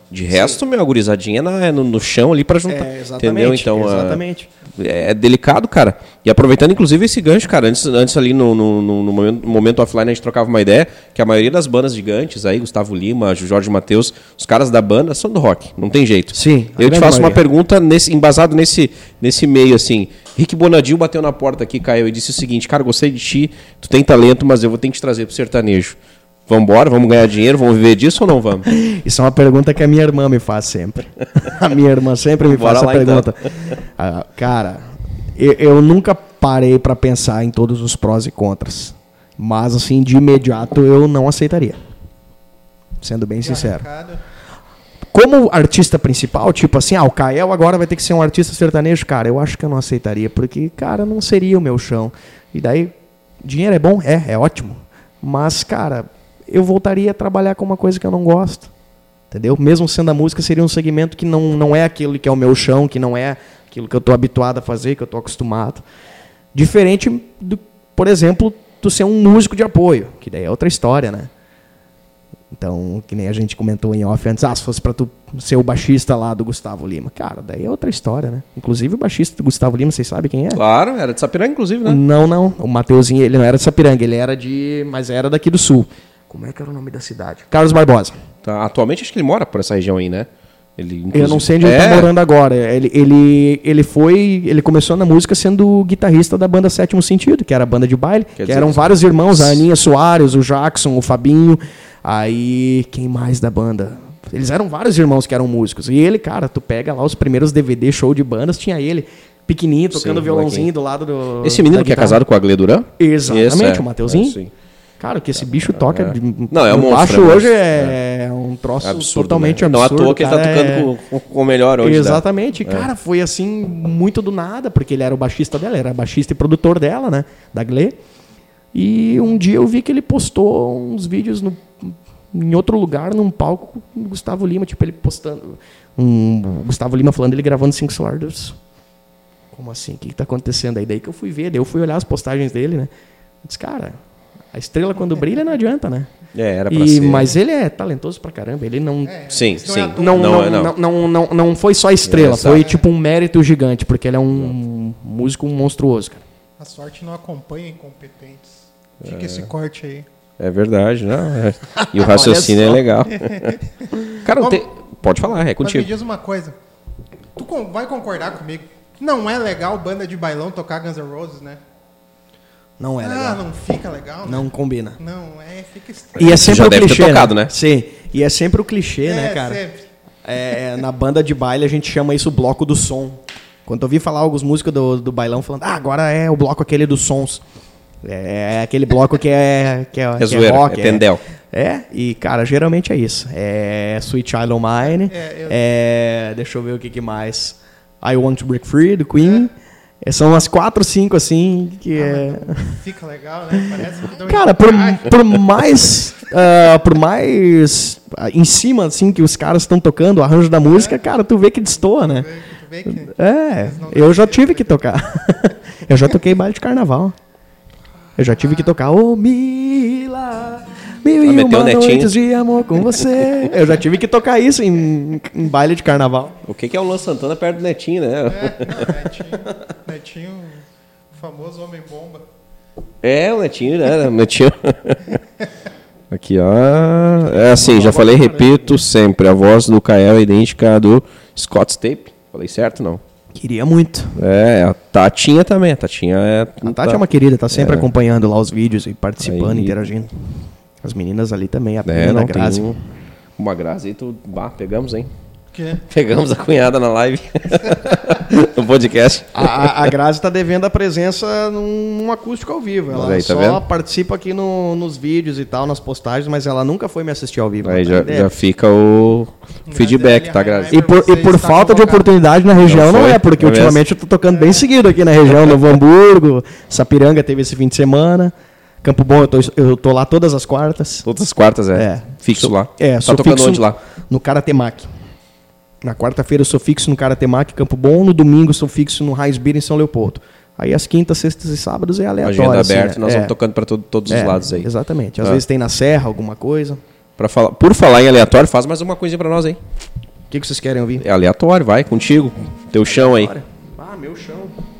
De resto, meu, a gurizadinha no chão ali pra juntar. Entendeu? Então, exatamente. É delicado, cara. E aproveitando, inclusive, esse gancho, cara, antes ali no momento offline a gente trocava uma ideia, que a maioria das bandas gigantes aí, Gustavo Lima, Jorge Mateus, os caras da banda são do rock, não tem jeito. Sim. Eu te faço uma pergunta embasado nesse meio, assim. Rick Bonadil bateu na porta aqui, Caio, e disse o seguinte: cara, gostei de ti, tu tem talento, mas eu vou ter que te trazer pro sertanejo. Vambora, vamos ganhar dinheiro, vamos viver disso ou não vamos? Isso é uma pergunta que a minha irmã me faz sempre. A minha irmã sempre me faz essa pergunta. Então. Cara, eu nunca parei para pensar em todos os prós e contras. Mas, assim, de imediato eu não aceitaria. Sendo bem sincero. Como artista principal, tipo assim, o Kael agora vai ter que ser um artista sertanejo, cara, eu acho que eu não aceitaria, porque, cara, não seria o meu chão. E daí, dinheiro é bom? É ótimo. Mas, cara, eu voltaria a trabalhar com uma coisa que eu não gosto. Entendeu? Mesmo sendo a música, seria um segmento que não é aquilo que é o meu chão, que não é aquilo que eu estou habituado a fazer, que eu estou acostumado. Diferente do, por exemplo, tu ser um músico de apoio, que daí é outra história, né? Então, que nem a gente comentou em off antes, se fosse para tu ser o baixista lá do Gustavo Lima. Cara, daí é outra história, né? Inclusive o baixista do Gustavo Lima, vocês sabem quem é? Claro, era de Sapiranga, inclusive, né? Não. O Mateuzinho, ele não era de Sapiranga, ele era mas era daqui do Sul. Como é que era o nome da cidade? Carlos Barbosa. Tá, atualmente acho que ele mora por essa região aí, né? Eu não sei onde ele tá morando agora. Ele começou na música sendo guitarrista da banda Sétimo Sentido, que era a banda de baile, que eram vários irmãos, a Aninha Soares, o Jackson, o Fabinho, aí quem mais da banda? Eles eram vários irmãos que eram músicos. E ele, cara, tu pega lá os primeiros DVD show de bandas, tinha ele pequenininho, tocando violãozinho do lado do... Esse menino que é casado com a Glê Duran? Exatamente, o Mateuzinho. Cara, que esse bicho toca... Não, é um monstro. Baixo hoje é um troço absurdo, totalmente absurdo. Não à toa que ele tá tocando com o melhor hoje. Exatamente. Cara, foi assim, muito do nada, porque ele era o baixista dela, era baixista e produtor dela, né? Da Glê. E um dia eu vi que ele postou uns vídeos em outro lugar, num palco, com o Gustavo Lima, tipo, ele postando... Gustavo Lima falando, ele gravando 5 Stardust. Como assim? O que tá acontecendo aí? Daí que eu fui ver, daí eu fui olhar as postagens dele, né? Eu disse, cara... A estrela, quando brilha, não adianta, né? Era pra ser. Mas ele é talentoso pra caramba. Ele não... Sim. Não foi só estrela. Foi tipo um mérito gigante. Porque ele é um músico monstruoso, cara. A sorte não acompanha incompetentes. Fica esse corte aí. É verdade, né? E o raciocínio é legal. Cara, pode falar, é contigo. Mas me diz uma coisa. Tu vai concordar comigo? Não é legal banda de bailão tocar Guns N' Roses, né? Não é legal. Não fica legal, né? Não combina. Não, fica estranho. E é sempre já o deve clichê, ter tocado, né? Sim. E é sempre o clichê, né, cara? Sempre. Na banda de baile a gente chama isso bloco do som. Quando eu ouvi falar alguns músicos do bailão falando, agora é o bloco aquele dos sons. É aquele bloco que é zoeira, rock. É tendel. E, cara, geralmente é isso. É Sweet Child O' Mine. Deixa eu ver o que mais. I Want to Break Free, do Queen. São umas 4, 5, assim, que fica legal, né? Parece que dá cara, por mais em cima, assim, que os caras estão tocando, o arranjo da música, cara, tu vê que destoa, né? Eu já tive que tocar. Eu já toquei baile de carnaval. Eu já tive que tocar Mila, mil e uma noites de amor com você. Eu já tive que tocar isso em baile de carnaval. O que é o Luan Santana perto do Netinho, né? Netinho, o famoso homem-bomba. O Netinho, né? Netinho. Aqui, ó. É assim, já falei, repito sempre. A voz do Kael é idêntica à do Scott Stapp. Falei certo, não? Queria muito. A Tatinha também. A Tatinha A Tati é uma querida, tá sempre acompanhando lá os vídeos e participando, interagindo. As meninas ali também, a prima da Grazi. Uma Grazi aí, pegamos, hein? Que? Pegamos a cunhada na live. No podcast. A Grazi tá devendo a presença num acústico ao vivo. Ela aí, só participa aqui nos vídeos e tal, nas postagens, mas ela nunca foi me assistir ao vivo. Aí já fica o feedback, tá, Grazi? E por falta de oportunidade na região não é, porque ultimamente eu tô tocando bem seguido aqui na região, Novo Hamburgo, Sapiranga teve esse fim de semana. Campo Bom, eu tô lá todas as quartas. Todas as quartas, fixo lá. Tá tocando onde lá? No Karatemac. Na quarta-feira eu sou fixo no Karatemac, Campo Bom. No domingo eu sou fixo no High Beer em São Leopoldo. Aí as quintas, sextas e sábados é aleatório. Agenda aberta, nós vamos tocando para todos os lados aí. Exatamente. Às vezes tem na Serra alguma coisa. Por falar em aleatório, faz mais uma coisinha pra nós aí. O que vocês querem ouvir? É aleatório, vai, contigo. Teu chão aí. Ah, meu chão.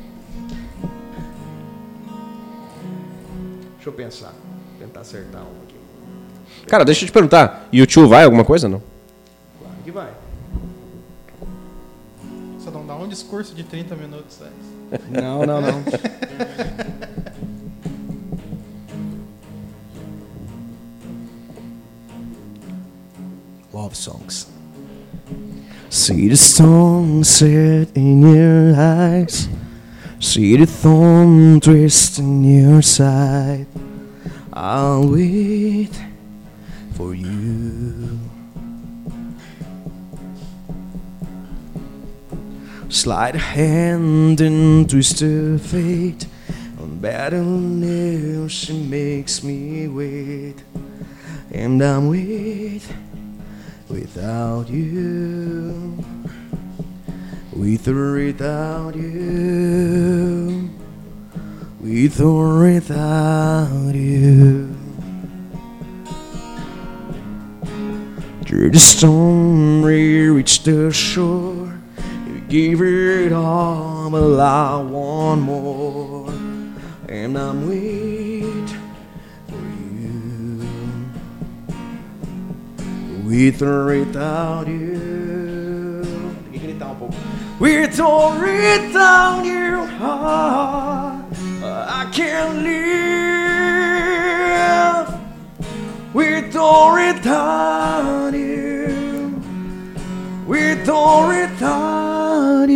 Deixa eu pensar. Tentar acertar um aqui. Cara, deixa eu te perguntar. YouTube vai alguma coisa, não? Claro que vai. Só não dá um discurso de 30 minutos, né? Não. Love songs. See the sun set in your eyes. See the thorn twist in your side. I'll wait for you. Slide a hand and twist her fate. On battle nails she makes me wait. And I'm without you. With or without you. With or without you. Through the storm we reached the shore. You gave it all, but I want more. And I'm waiting for you. With or without you. Tem que gritar pouco. With or without you, I can't live. With or without you. With or without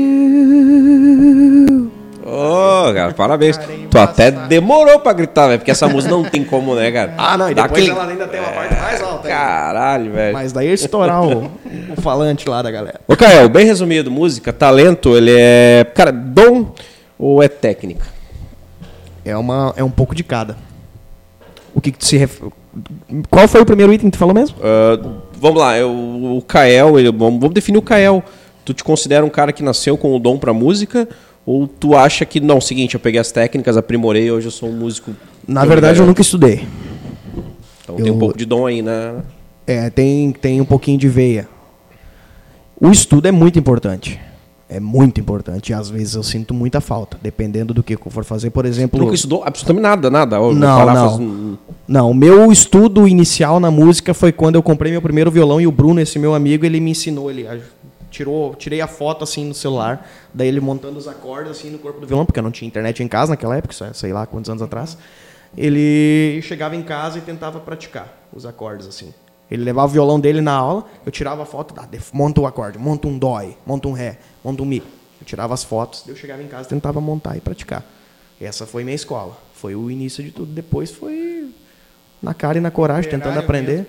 you. Ô, cara, parabéns. Tu até demorou pra gritar, velho, porque essa música não tem como, né, cara? Ah, não, e Dá depois aquele- ela ainda tem uma parte mais alta. Caralho, velho. Mas daí é estourar o falante lá da galera. Ô, Caio, bem resumido, música, talento, ele é, cara, dom ou é técnica? É um pouco de cada. O que se Qual foi o primeiro item que tu falou mesmo? Vamos lá, o Kael, vamos definir o Kael. Tu te considera um cara que nasceu com o dom pra música? Ou tu acha que, não, seguinte, eu peguei as técnicas, aprimorei e hoje eu sou um músico... Na verdade, eu nunca estudei. Então tem um pouco de dom aí, né? Tem um pouquinho de veia. O estudo é muito importante. É muito importante. E às vezes eu sinto muita falta, dependendo do que eu for fazer. Por exemplo... Tu nunca estudou absolutamente nada? Não, o meu estudo inicial na música foi quando eu comprei meu primeiro violão e o Bruno, esse meu amigo, ele me ensinou. Tirei a foto assim no celular, daí ele montando os acordes assim no corpo do violão, porque eu não tinha internet em casa naquela época, sei lá quantos anos atrás. Ele chegava em casa e tentava praticar os acordes assim. Ele levava o violão dele na aula, eu tirava a foto, monta o acorde, monta um dó, monta um ré, monta um mi. Eu tirava as fotos, eu chegava em casa e tentava montar e praticar. Essa foi minha escola, foi o início de tudo. Depois foi na cara e na coragem, tentando aprender.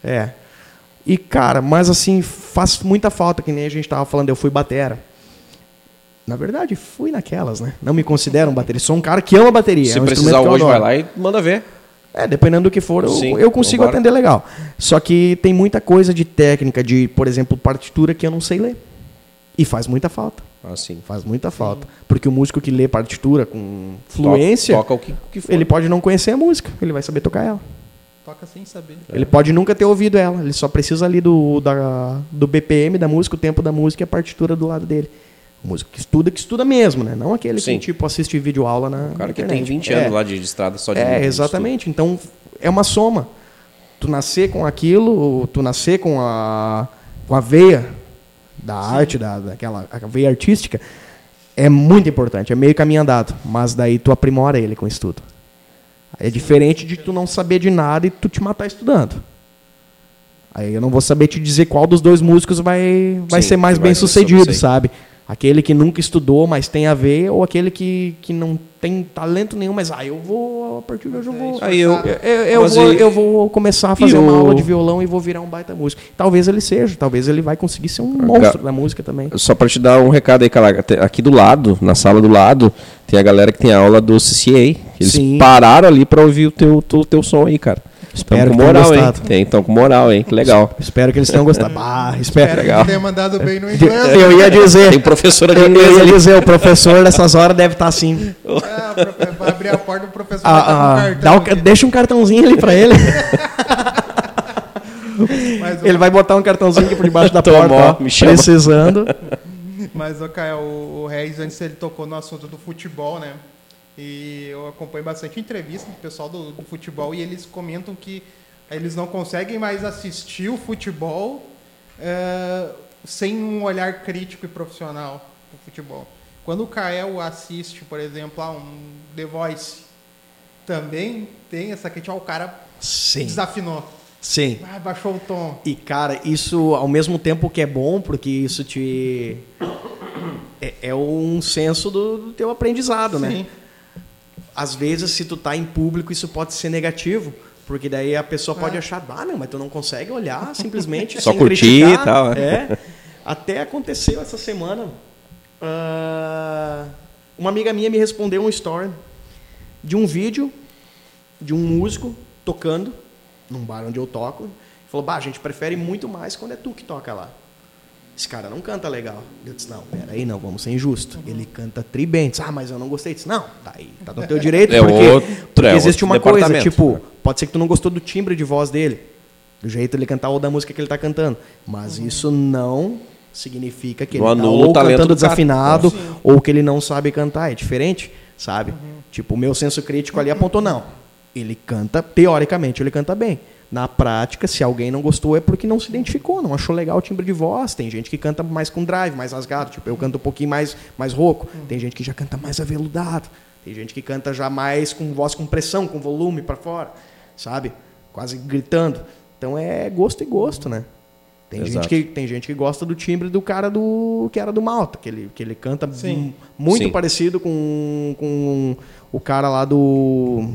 E, cara, mas assim, faz muita falta, que nem a gente tava falando, eu fui batera. Na verdade, fui naquelas, né? Não me considero um baterista, sou um cara que ama bateria. Se precisar hoje, vai lá e manda ver. Dependendo do que for, eu consigo atender legal. Só que tem muita coisa de técnica, de, por exemplo, partitura que eu não sei ler. E faz muita falta. Sim. Faz muita falta. Porque o músico que lê partitura com fluência, toca o que for. Ele pode não conhecer a música, ele vai saber tocar ela. Toca sem saber. Ele pode nunca ter ouvido ela, ele só precisa ali do BPM da música, o tempo da música e a partitura do lado dele. O músico que estuda mesmo, né? Não aquele que tipo assiste vídeo aula na O cara que internet. tem 20 anos lá de estrada só de música, exatamente. Então é uma soma. Tu nascer com aquilo, tu nascer com a veia da arte, daquela a veia artística, é muito importante, é meio caminho andado, mas daí tu aprimora ele com o estudo. É diferente de tu não saber de nada e tu te matar estudando. Aí eu não vou saber te dizer qual dos dois músicos vai ser mais bem sucedido, sabe? Aquele que nunca estudou, mas tem a ver, ou aquele que não tem talento nenhum, mas eu vou, a partir de hoje eu vou começar a fazer uma aula de violão e vou virar um baita músico. Talvez ele seja, talvez ele vai conseguir ser um monstro da música também. Só para te dar um recado aí, cara, aqui do lado, na sala do lado, tem a galera que tem a aula do CCA. Eles pararam ali para ouvir o teu som aí, cara. Espero com moral, hein? Então com moral, hein? Que legal. Espero que eles tenham gostado. Espero legal. que tenha mandado bem no inglês. Eu ia dizer. Tem professora de inglês ali. Eu ia dizer, o professor nessas horas deve estar assim. Vai abrir a porta, o professor vai dar um cartão. Deixa um cartãozinho ali pra ele. Ele vai botar um cartãozinho aqui por debaixo da Tomou, porta, ó, me chama. precisando. Mas, Caio, o Reis, antes ele tocou no assunto do futebol, né? E eu acompanho bastante entrevista do pessoal do futebol e eles comentam que eles não conseguem mais assistir o futebol sem um olhar crítico e profissional do futebol. Quando o Kael assiste, por exemplo, a um The Voice, também tem essa questão, o cara desafinou. Sim. Baixou o tom. E, cara, isso ao mesmo tempo que é bom, porque isso te... É um senso do teu aprendizado, né? Sim. Às vezes, se tu tá em público, isso pode ser negativo, porque daí a pessoa pode achar, mas tu não consegue olhar simplesmente só sem curtir criticar. E tal. Até aconteceu essa semana, uma amiga minha me respondeu um story de um vídeo de um músico tocando num bar onde eu toco. Falou, a gente prefere muito mais quando é tu que toca lá. Esse cara não canta legal. Eu disse, não, peraí, não, vamos ser injusto. Ele canta tri-bem. Mas eu não gostei. Eu disse, não, tá aí, tá no teu direito. Porque existe uma coisa, tipo, pode ser que tu não gostou do timbre de voz dele, do jeito ele cantar ou da música que ele tá cantando. Mas isso não significa que ele tá ou cantando desafinado ou que ele não sabe cantar. É diferente, sabe? Tipo, o meu senso crítico ali apontou, não. Ele canta, teoricamente, ele canta bem. Na prática, se alguém não gostou, é porque não se identificou, não achou legal o timbre de voz. Tem gente que canta mais com drive, mais rasgado. Tipo, eu canto um pouquinho mais rouco. Tem gente que já canta mais aveludado. Tem gente que canta já mais com voz com pressão, com volume para fora, sabe? Quase gritando. Então é gosto e gosto, né? Tem gente que gosta do timbre do cara que era do Malta, que ele canta muito parecido com o cara lá do...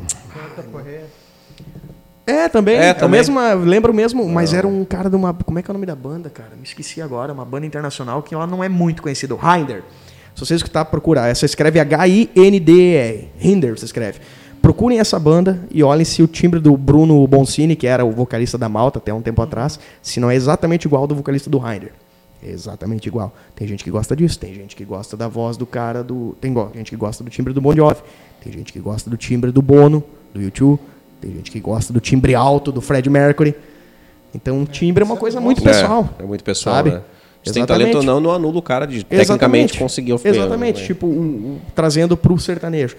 Também. Lembro mesmo, mas era um cara de uma... Como é que é o nome da banda, cara? Me esqueci agora. Uma banda internacional que ela não é muito conhecida. O Hinder. Se você escutar, procurar. Você escreve H-I-N-D-E-R. Hinder, você escreve. Procurem essa banda e olhem se o timbre do Bruno Boncini, que era o vocalista da Malta até um tempo atrás, se não é exatamente igual ao do vocalista do Hinder. É exatamente igual. Tem gente que gosta disso. Tem gente que gosta da voz do cara do... Tem gente que gosta do timbre do Bon Jovi. Tem gente que gosta do timbre do Bono, do U2. Tem gente que gosta do timbre alto do Fred Mercury. Então, timbre é uma coisa muito pessoal. É muito pessoal, sabe? né? Se tem talento ou não anula o cara de tecnicamente conseguir oferecer. Exatamente. Tipo, trazendo pro sertanejo.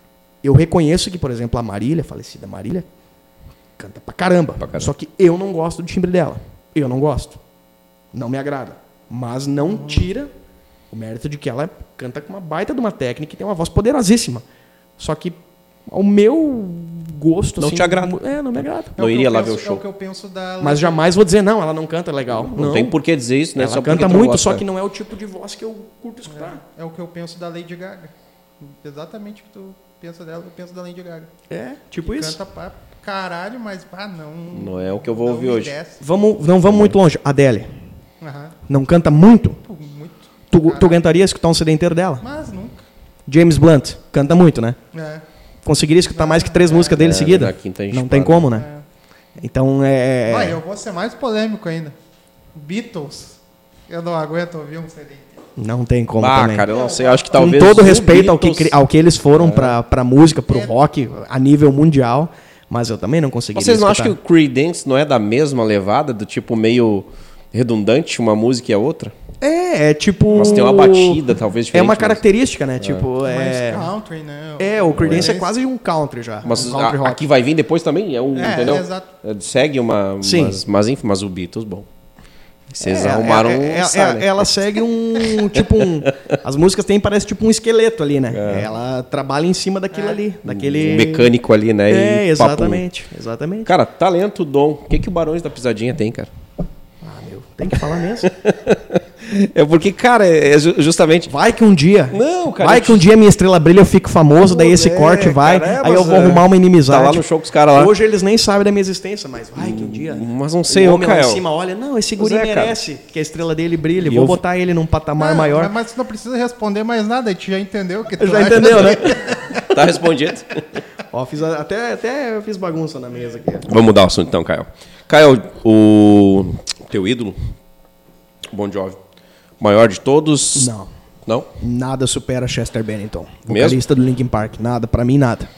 Eu reconheço que, por exemplo, a Marília, a falecida Marília, canta pra caramba. Só que eu não gosto do timbre dela. Eu não gosto. Não me agrada. Mas não tira o mérito de que ela canta com uma baita de uma técnica e tem uma voz poderosíssima. Só que ao meu gosto... Não te agrada. Não me agrada. Não iria lá ver o show. É o que eu penso da... Mas jamais vou dizer, não, ela não canta legal. Não tem por que dizer isso, né? Ela canta muito, só que não é o tipo de voz que eu curto escutar. É o que eu penso da Lady Gaga. Exatamente o que tu pensa dela, eu penso da Lady Gaga. Tipo isso. Canta pra caralho, mas não... Não é o que eu vou ouvir hoje. Não vamos muito longe. Adele. Não canta muito? Muito. Tu aguentaria escutar um CD inteiro dela? Mas nunca. James Blunt. Canta muito, né? Conseguiria escutar mais que 3 músicas dele em seguida? Não tem como, né? Então eu vou ser mais polêmico ainda. Beatles. Eu não aguento ouvir um CD inteiro. Não tem como também. Cara, eu não sei. Acho que talvez... Com todo respeito ao que eles foram pra música, pro rock, a nível mundial, mas eu também não conseguiria Vocês não escutar. acham que o Creedence não é da mesma levada, do tipo meio redundante, uma música e a outra? É tipo... Mas tem uma batida, talvez, diferente. É uma característica, né? Tipo, mais country, né? O Creedence é quase um country já. Mas um country rock. aqui vai vir depois também, entendeu? Exato. Segue uma... Sim. Mas enfim, mas o Beatles, bom. Vocês arrumaram ela segue as músicas parece tipo um esqueleto ali, né? Ela trabalha em cima daquilo ali. Daquele... O mecânico ali, né? Exatamente. Cara, talento, dom. O que o Barões da Pisadinha tem, cara? Tem que falar mesmo. É porque, cara, justamente... Vai que um dia... Não, cara... Vai que um dia minha estrela brilha, eu fico famoso, daí esse corte vai, cara, aí eu vou arrumar uma inimizade. Tá lá no show com os caras lá. Hoje eles nem sabem da minha existência, mas vai que um dia... Mas não sei, o homem lá Caio. em cima olha, não, esse guri merece que a estrela dele brilhe, E vou botar ele num patamar maior. Mas você não precisa responder mais nada, a gente já entendeu o que tu Já acha. entendeu, né? Tá respondido? Ó, até eu fiz bagunça na mesa aqui. Vamos mudar o assunto então, Caio. Caio, o teu ídolo, Bon Jovi, maior de todos? Não. Não? Nada supera Chester Bennington, vocalista do Linkin Park. Nada, pra mim nada.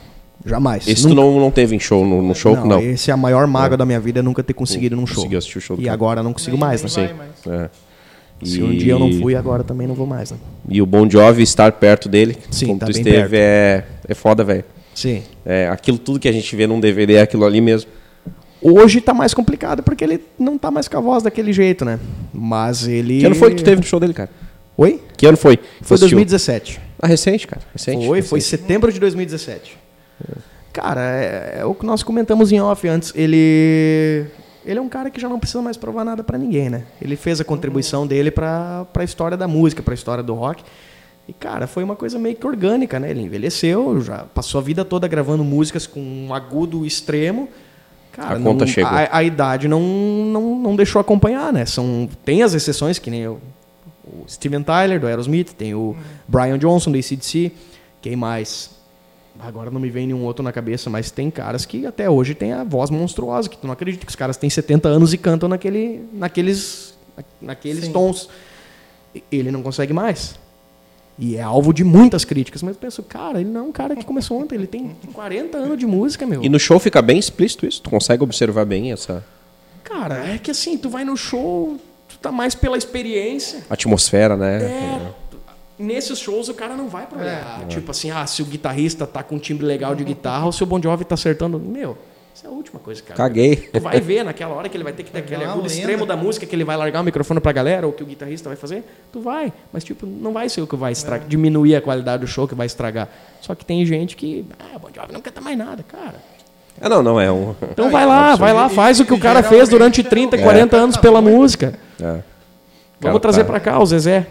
Jamais. Esse tu não teve em show, no show? Não. Esse é a maior mágoa da minha vida, é nunca ter conseguido num show. Conseguiu assistir o show do E cara. agora não consigo mais, né? Vai Sim. mais. É. Se um dia eu não fui, agora também não vou mais, né? E o Bon Jovi estar perto dele, Sim, como tá tu bem esteve, perto. é foda, velho. Sim. É, aquilo tudo que a gente vê num DVD é aquilo ali mesmo. Hoje tá mais complicado porque ele não tá mais com a voz daquele jeito, né? Mas ele... Que ano foi que tu teve no show dele, cara? Oi? Que ano foi? Foi 2017. Ah, recente, cara. Recente. Foi setembro de 2017. Cara, é o que nós comentamos em off antes. Ele é um cara que já não precisa mais provar nada pra ninguém, né? Ele fez a contribuição dele pra história da música, pra história do rock. E, cara, foi uma coisa meio que orgânica, né? Ele envelheceu, já passou a vida toda gravando músicas com um agudo extremo. Cara, A conta chegou. A idade não deixou acompanhar, né? Tem as exceções, que nem o Steven Tyler, do Aerosmith, tem o Brian Johnson, do AC/DC, quem mais? Agora não me vem nenhum outro na cabeça, mas tem caras que até hoje tem a voz monstruosa, que tu não acredita que os caras têm 70 anos e cantam naqueles Sim. tons. Ele não consegue mais. E é alvo de muitas críticas, mas eu penso, cara, ele não é um cara que começou ontem, ele tem 40 anos de música, meu. E no show fica bem explícito isso? Tu consegue observar bem essa Cara, é que assim, tu vai no show, tu tá mais pela experiência. atmosfera, né? Nesses shows o cara não vai pra olhar. Tipo assim, se o guitarrista tá com um timbre legal de guitarra ou se o Bon Jovi tá acertando. Meu, isso é a última coisa, cara. Caguei. Tu vai ver naquela hora que ele vai ter que ter aquele virar uma agudo lenda. extremo da música, que ele vai largar o microfone pra galera, ou que o guitarrista vai fazer, tu vai. Mas, tipo, não vai ser o que vai estragar, diminuir a qualidade do show, que vai estragar. Só que tem gente que, o Bon Jovi não canta mais nada, cara. Não é um... Então vai lá, faz o que o cara geralmente fez durante 30, 40 anos pela música. É. Vamos trazer pra cá o Zezé.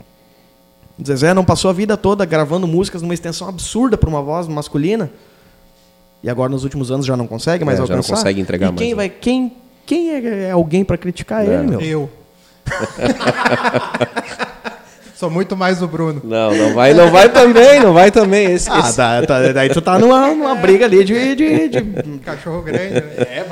O Zezé não passou a vida toda gravando músicas numa extensão absurda para uma voz masculina. E agora nos últimos anos já não consegue mais já não alcançar. consegue entregar e quem mais, vai, quem é alguém para criticar ele, meu? Eu. Sou muito mais o Bruno. Não vai também. Esse. Daí tu tá numa briga ali de... Cachorro grande, né?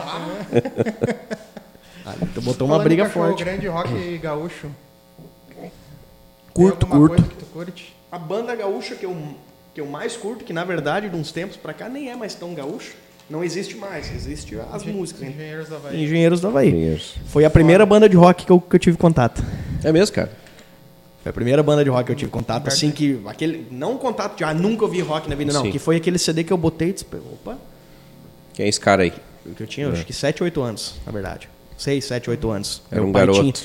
Tu botou uma Falando briga em cachorro forte. grande, rock gaúcho. Curto, Tem alguma curto. coisa que tu curte? A banda gaúcha que eu mais curto, que na verdade de uns tempos pra cá nem é mais tão gaúcho, não existe mais, existe as músicas. hein? Engenheiros da Havaí. Engenheiros do Havaí. Engenheiros. Foi a primeira banda de rock que eu tive contato. É mesmo, cara? Foi a primeira banda de rock que eu tive contato, assim que... não contato de, nunca ouvi rock na vida, não. Sim. Que foi aquele CD que eu botei e disse, opa, Quem é esse cara aí? que eu tinha acho que 7, 8 anos, na verdade. 6, 7, 8 anos. Era Meu um pai garoto.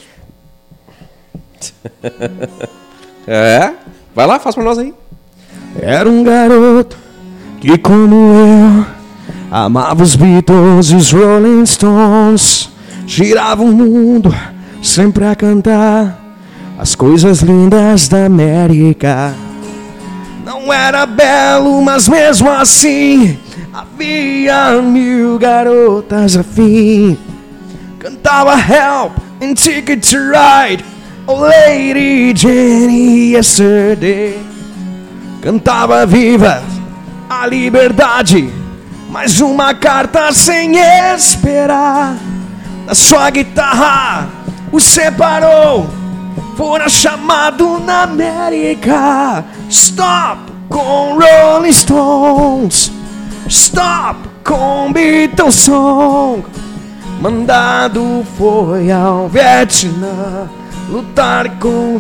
Vai lá, faz pra nós aí. Era um garoto que, como eu, amava os Beatles e os Rolling Stones. Girava o mundo sempre a cantar as coisas lindas da América. Não era belo, mas mesmo assim havia 1000 garotas afim. Cantava Help and Ticket to Ride, Oh Lady Jenny Yesterday. Cantava Viva a Liberdade, mais uma carta sem esperar. Da sua guitarra o separou, fora chamado na América. Stop com Rolling Stones, stop com Beatles Song. Mandado foi ao Vietnã lutar com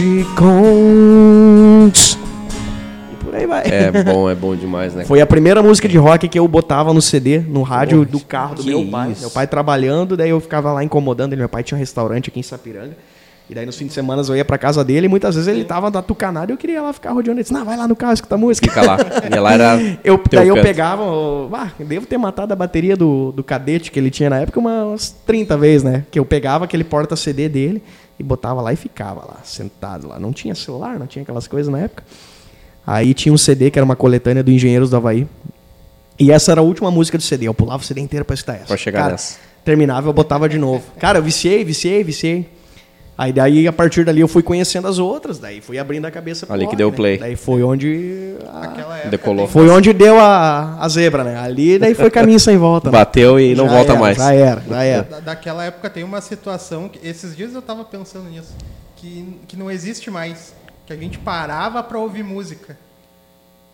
Vietcongs. E por aí vai. É bom demais, né? Foi a primeira música de rock que eu botava no CD, no rádio do carro do que meu pai. isso. Meu pai trabalhando, daí eu ficava lá incomodando ele. Meu pai tinha um restaurante aqui em Sapiranga. E daí nos fins de semana eu ia pra casa dele e muitas vezes ele tava na tucanada e eu queria lá ficar rodeando. Ele disse, não, vai lá no carro, escuta a música. Fica lá. E lá era Daí eu canto. pegava, devo ter matado a bateria do cadete que ele tinha na época umas 30 vezes, né? Que eu pegava aquele porta-CD dele e botava lá e ficava lá, sentado lá. Não tinha celular, não tinha aquelas coisas na época. Aí tinha um CD que era uma coletânea do Engenheiros do Havaí. E essa era a última música do CD. Eu pulava o CD inteiro pra escutar essa. Pra chegar Cara, nessa. Terminava, eu botava de novo. Cara, eu viciei. Aí daí, a partir dali, eu fui conhecendo as outras, daí fui abrindo a cabeça pro Ali que rock, deu né? play. Daí foi onde Naquela época Decolou. foi onde deu a zebra, né? Ali daí foi caminho sem volta. Né? Bateu e não Já volta era, mais. Já era. Daquela época tem uma situação que esses dias eu tava pensando nisso, que não existe mais, que a gente parava pra ouvir música.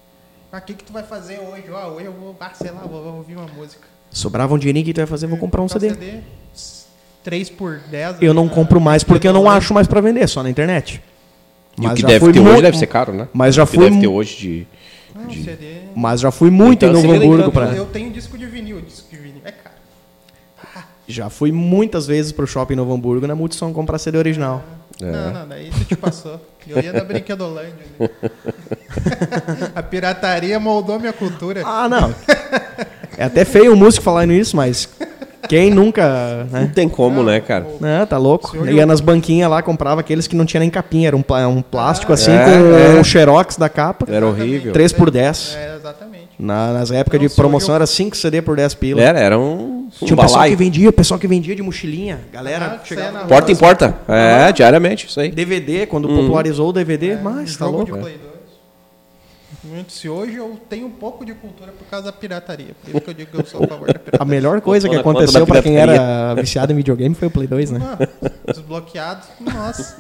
o que tu vai fazer hoje? Hoje eu vou, sei lá, vou ouvir uma música. Sobrava um dinheirinho que tu vai fazer, vou comprar um CD. 3 por 10. Eu não compro mais porque eu não acho mais pra vender, só na internet. E o que deve ter hoje deve ser caro, né? Mas já o que fui... deve ter hoje de... CD... Mas já fui muito então, em Novo Hamburgo pra... Eu tenho disco de vinil é caro. Já fui muitas vezes pro shopping Novo Hamburgo na Multissom comprar CD original. Não, daí tu te passou. Eu ia na Brinquedolândia. Né? A pirataria moldou minha cultura. Ah, não. É até feio o músico falar nisso, mas quem nunca... Né? Não tem como, né, cara? Não, tá louco. Eu ia nas banquinhas lá, comprava aqueles que não tinha nem capinha. Era um plástico assim, com o xerox da capa. Era horrível. 3 por 10. Exatamente. Nas épocas de promoção era 5 CD por 10 pila. Era um Tinha um pessoal que vendia de mochilinha. Galera, chegava porta em porta. Diariamente, isso aí. DVD, quando popularizou o DVD, mas tá louco. De Play 2. Se hoje eu tenho um pouco de cultura por causa da pirataria. Por isso que eu digo que eu sou a favor da pirataria. A melhor coisa que aconteceu pra quem era viciado em videogame foi o Play 2, né? Desbloqueado. Nossa.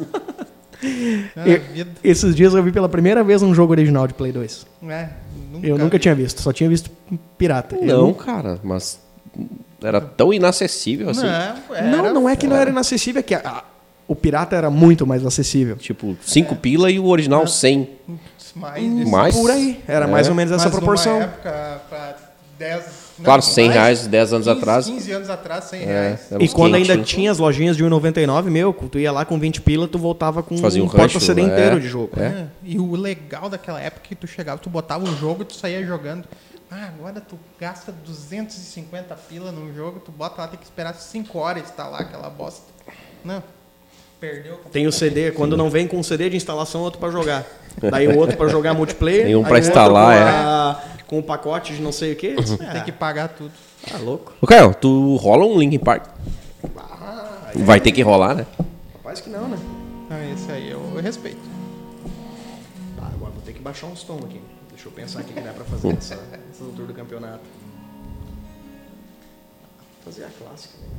Esses dias eu vi pela primeira vez um jogo original de Play 2. Eu nunca tinha visto, só tinha visto pirata. Não, cara, mas era tão inacessível assim. Não é que não era inacessível, é que o pirata era muito mais acessível. Tipo, 5 pila e o original 100. Mais? Por aí. Era mais ou menos essa proporção. Numa época, pra 10... Claro, 100 reais 10 anos atrás. 15 anos atrás, 100 reais. E quando ainda tinha as lojinhas de 1,99, tu ia lá com 20 pila, tu voltava com um porta-CD inteiro de jogo. E o legal daquela época que tu chegava, tu botava um jogo e tu saía jogando. Agora tu gasta 250 pila num jogo, tu bota lá, tem que esperar 5 horas instalar aquela bosta. Não. Perdeu. Tem o CD, quando não vem com um CD de instalação, outro pra jogar. Daí o outro pra jogar multiplayer. Tem um pra instalar, com um pacote de não sei o quê. Tem que pagar tudo. Louco. Ô, Caio, tu rola um Linkin Park? Vai ter que rolar, né? Rapaz que não, né? Esse aí eu respeito. Agora vou ter que baixar uns tons aqui. Deixa eu pensar o que dá pra fazer nessa altura do campeonato. Vou fazer a clássica, né?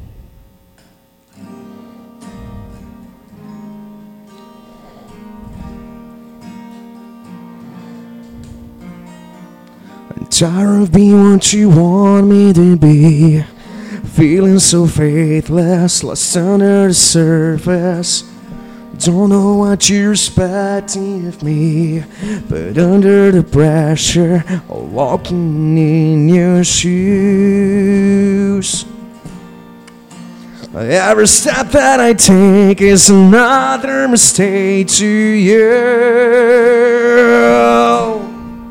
I'm tired of being what you want me to be, feeling so faithless, lost under the surface. Don't know what you're expecting of me, but under the pressure of walking in your shoes, every step that I take is another mistake to you.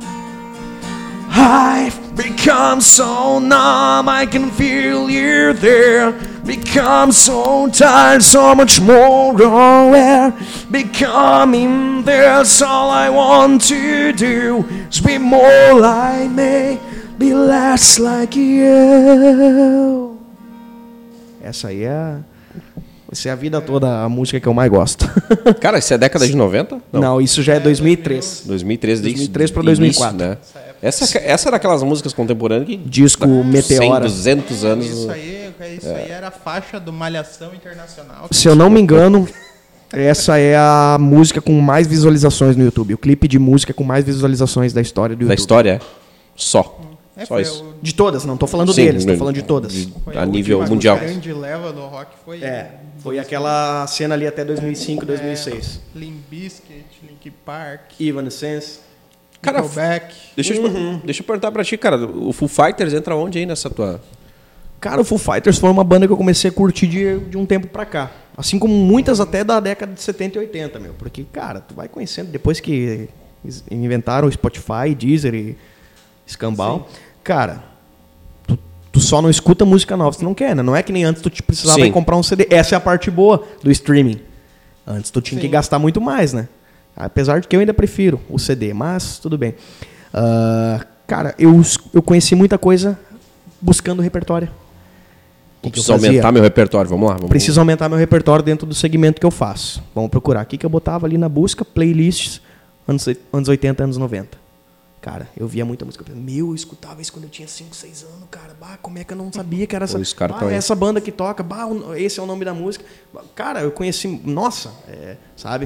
I've become so numb, I can feel you there. Become so tired, so much more aware. Becoming this, all I want to do is be more like me, be less like you. Essa aí é a vida toda a música que eu mais gosto. Cara, isso é década de 90? Não, isso já é 2003. 2003 para 2004. Início, né? Essa era aquelas músicas contemporâneas que... Disco Meteora. 100, 200 anos... Isso aí era a faixa do Malhação Internacional. Se eu não me engano, essa é a música com mais visualizações no YouTube. O clipe de música com mais visualizações da história do YouTube. Da história? Só. Só isso. De todas, não tô falando deles, tô falando de todas. A nível mundial. A grande leva do rock foi... Foi aquela cena ali até 2005, 2006. Limp Bizkit, Linkin Park, Evanescence. Cara, Nickelback. Deixa eu perguntar pra ti, cara, o Foo Fighters entra onde aí nessa tua... Cara, o Foo Fighters foi uma banda que eu comecei a curtir de um tempo pra cá. Assim como muitas até da década de 70 e 80, meu. Porque, cara, tu vai conhecendo, depois que inventaram o Spotify, Deezer e Escambau. Sim. Cara, tu só não escuta música nova se não quer, né? Não é que nem antes tu precisava ir comprar um CD. Essa é a parte boa do streaming. Antes tu tinha que gastar muito mais, né? Apesar de que eu ainda prefiro o CD, mas tudo bem. Cara, eu conheci muita coisa buscando repertório. Preciso aumentar meu repertório, vamos lá. Preciso aumentar meu repertório dentro do segmento que eu faço. Vamos procurar. O que eu botava ali na busca? Playlists, anos 80, anos 90. Cara, eu via muita música. Eu escutava isso quando eu tinha 5, 6 anos, cara. Como é que eu não sabia que era essa banda que toca? Esse é o nome da música. Cara, eu conheci... Nossa, sabe?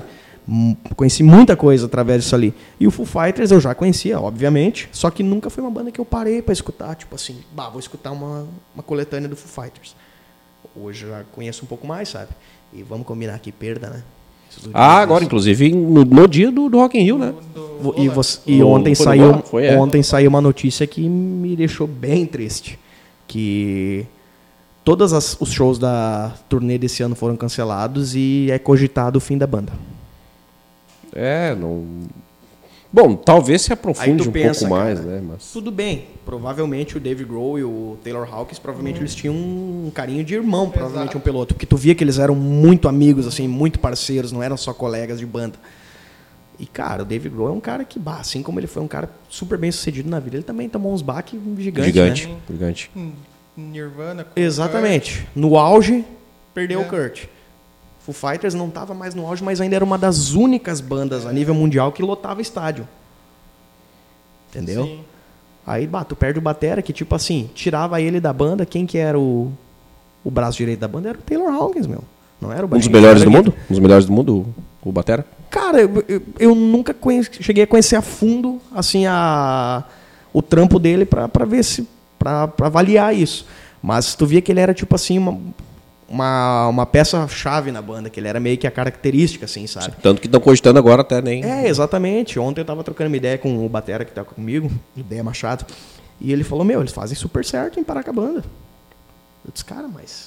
Conheci muita coisa através disso ali. E o Foo Fighters eu já conhecia, obviamente, só que nunca foi uma banda que eu parei pra escutar, tipo assim, vou escutar uma coletânea do Foo Fighters. Hoje eu já conheço um pouco mais, sabe? E vamos combinar aqui, perda, né? Agora, inclusive, no dia do Rock in Rio, né? E ontem saiu uma notícia que me deixou bem triste. Que todos os shows da turnê desse ano foram cancelados e é cogitado o fim da banda. Não... Bom, talvez se aprofunde pensa, pouco mais, cara, né? Mas... Tudo bem. Provavelmente o Dave Grohl e o Taylor Hawkins, provavelmente eles tinham um carinho de irmão, provavelmente. Exato. Um piloto. Porque tu via que eles eram muito amigos, assim, muito parceiros, não eram só colegas de banda. E, cara, o Dave Grohl é um cara que, assim como ele foi um cara super bem sucedido na vida, ele também tomou uns baques gigantes, né? Gigante. Nirvana. Exatamente. Kurt. No auge, perdeu o Kurt. Foo Fighters não estava mais no auge, mas ainda era uma das únicas bandas a nível mundial que lotava estádio. Entendeu? Sim. Aí, tu perde o batera, que tipo assim, tirava ele da banda, quem que era o braço direito da banda? Era o Taylor Hawkins, meu. Não era o Um dos melhores do mundo? Um dos melhores do mundo, o batera? Cara, eu nunca cheguei a conhecer a fundo, assim, o trampo dele pra ver se... pra avaliar isso. Mas tu via que ele era tipo assim, uma peça-chave na banda, que ele era meio que a característica, assim, sabe? Tanto que estão cogitando agora até nem... Exatamente. Ontem eu tava trocando uma ideia com o batera que tá comigo, Ideia Machado, e ele falou, eles fazem super certo em parar com a banda. Eu disse, cara, mas...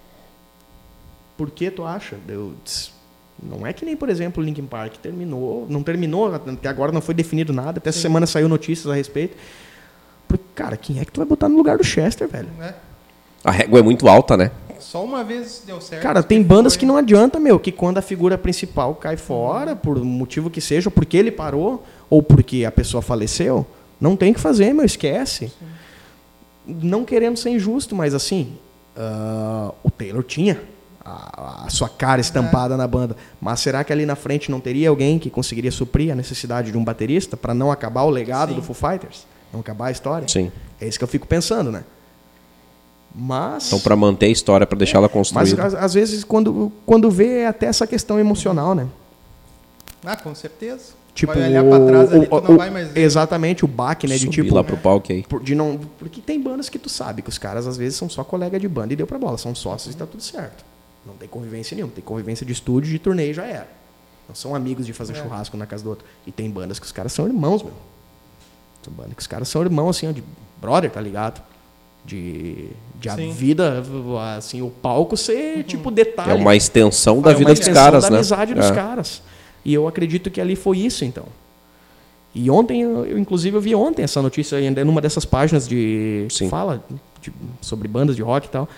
Por que tu acha? Eu disse, não é que nem, por exemplo, o Linkin Park não terminou, até agora não foi definido nada, até essa semana saiu notícias a respeito. Porque, cara, quem é que tu vai botar no lugar do Chester, velho? A régua é muito alta, né? Só uma vez deu certo. Cara, tem bandas que não adianta, que quando a figura principal cai fora, por motivo que seja, ou porque ele parou, ou porque a pessoa faleceu, não tem o que fazer, esquece. Sim. Não querendo ser injusto, mas assim, o Taylor tinha a sua cara estampada na banda. Mas será que ali na frente não teria alguém que conseguiria suprir a necessidade de um baterista para não acabar o legado do Foo Fighters? Não acabar a história? Sim. É isso que eu fico pensando, né? Mas... Então, para manter a história, para deixar ela construída. Mas, às vezes, quando vê, é até essa questão emocional, né? Com certeza. Tipo, vai olhar para trás ali, tu não vai mais ver. Exatamente, o baque, né? Subir de tipo... lá pro palco aí. Porque tem bandas que tu sabe que os caras, às vezes, são só colega de banda e deu pra bola. São sócios e tá tudo certo. Não tem convivência nenhuma. Tem convivência de estúdio, de turnê e já era. Não são amigos de fazer churrasco na casa do outro. E tem bandas que os caras são irmãos, meu. Tem bandas que os caras são irmãos, assim, de brother, tá ligado? De a vida, assim, o palco ser, tipo, detalhe. É uma extensão da vida dos caras, né? Da amizade dos caras. E eu acredito que ali foi isso, então. E ontem, inclusive, eu vi ontem essa notícia, ainda numa dessas páginas de... Fala sobre bandas de rock e tal.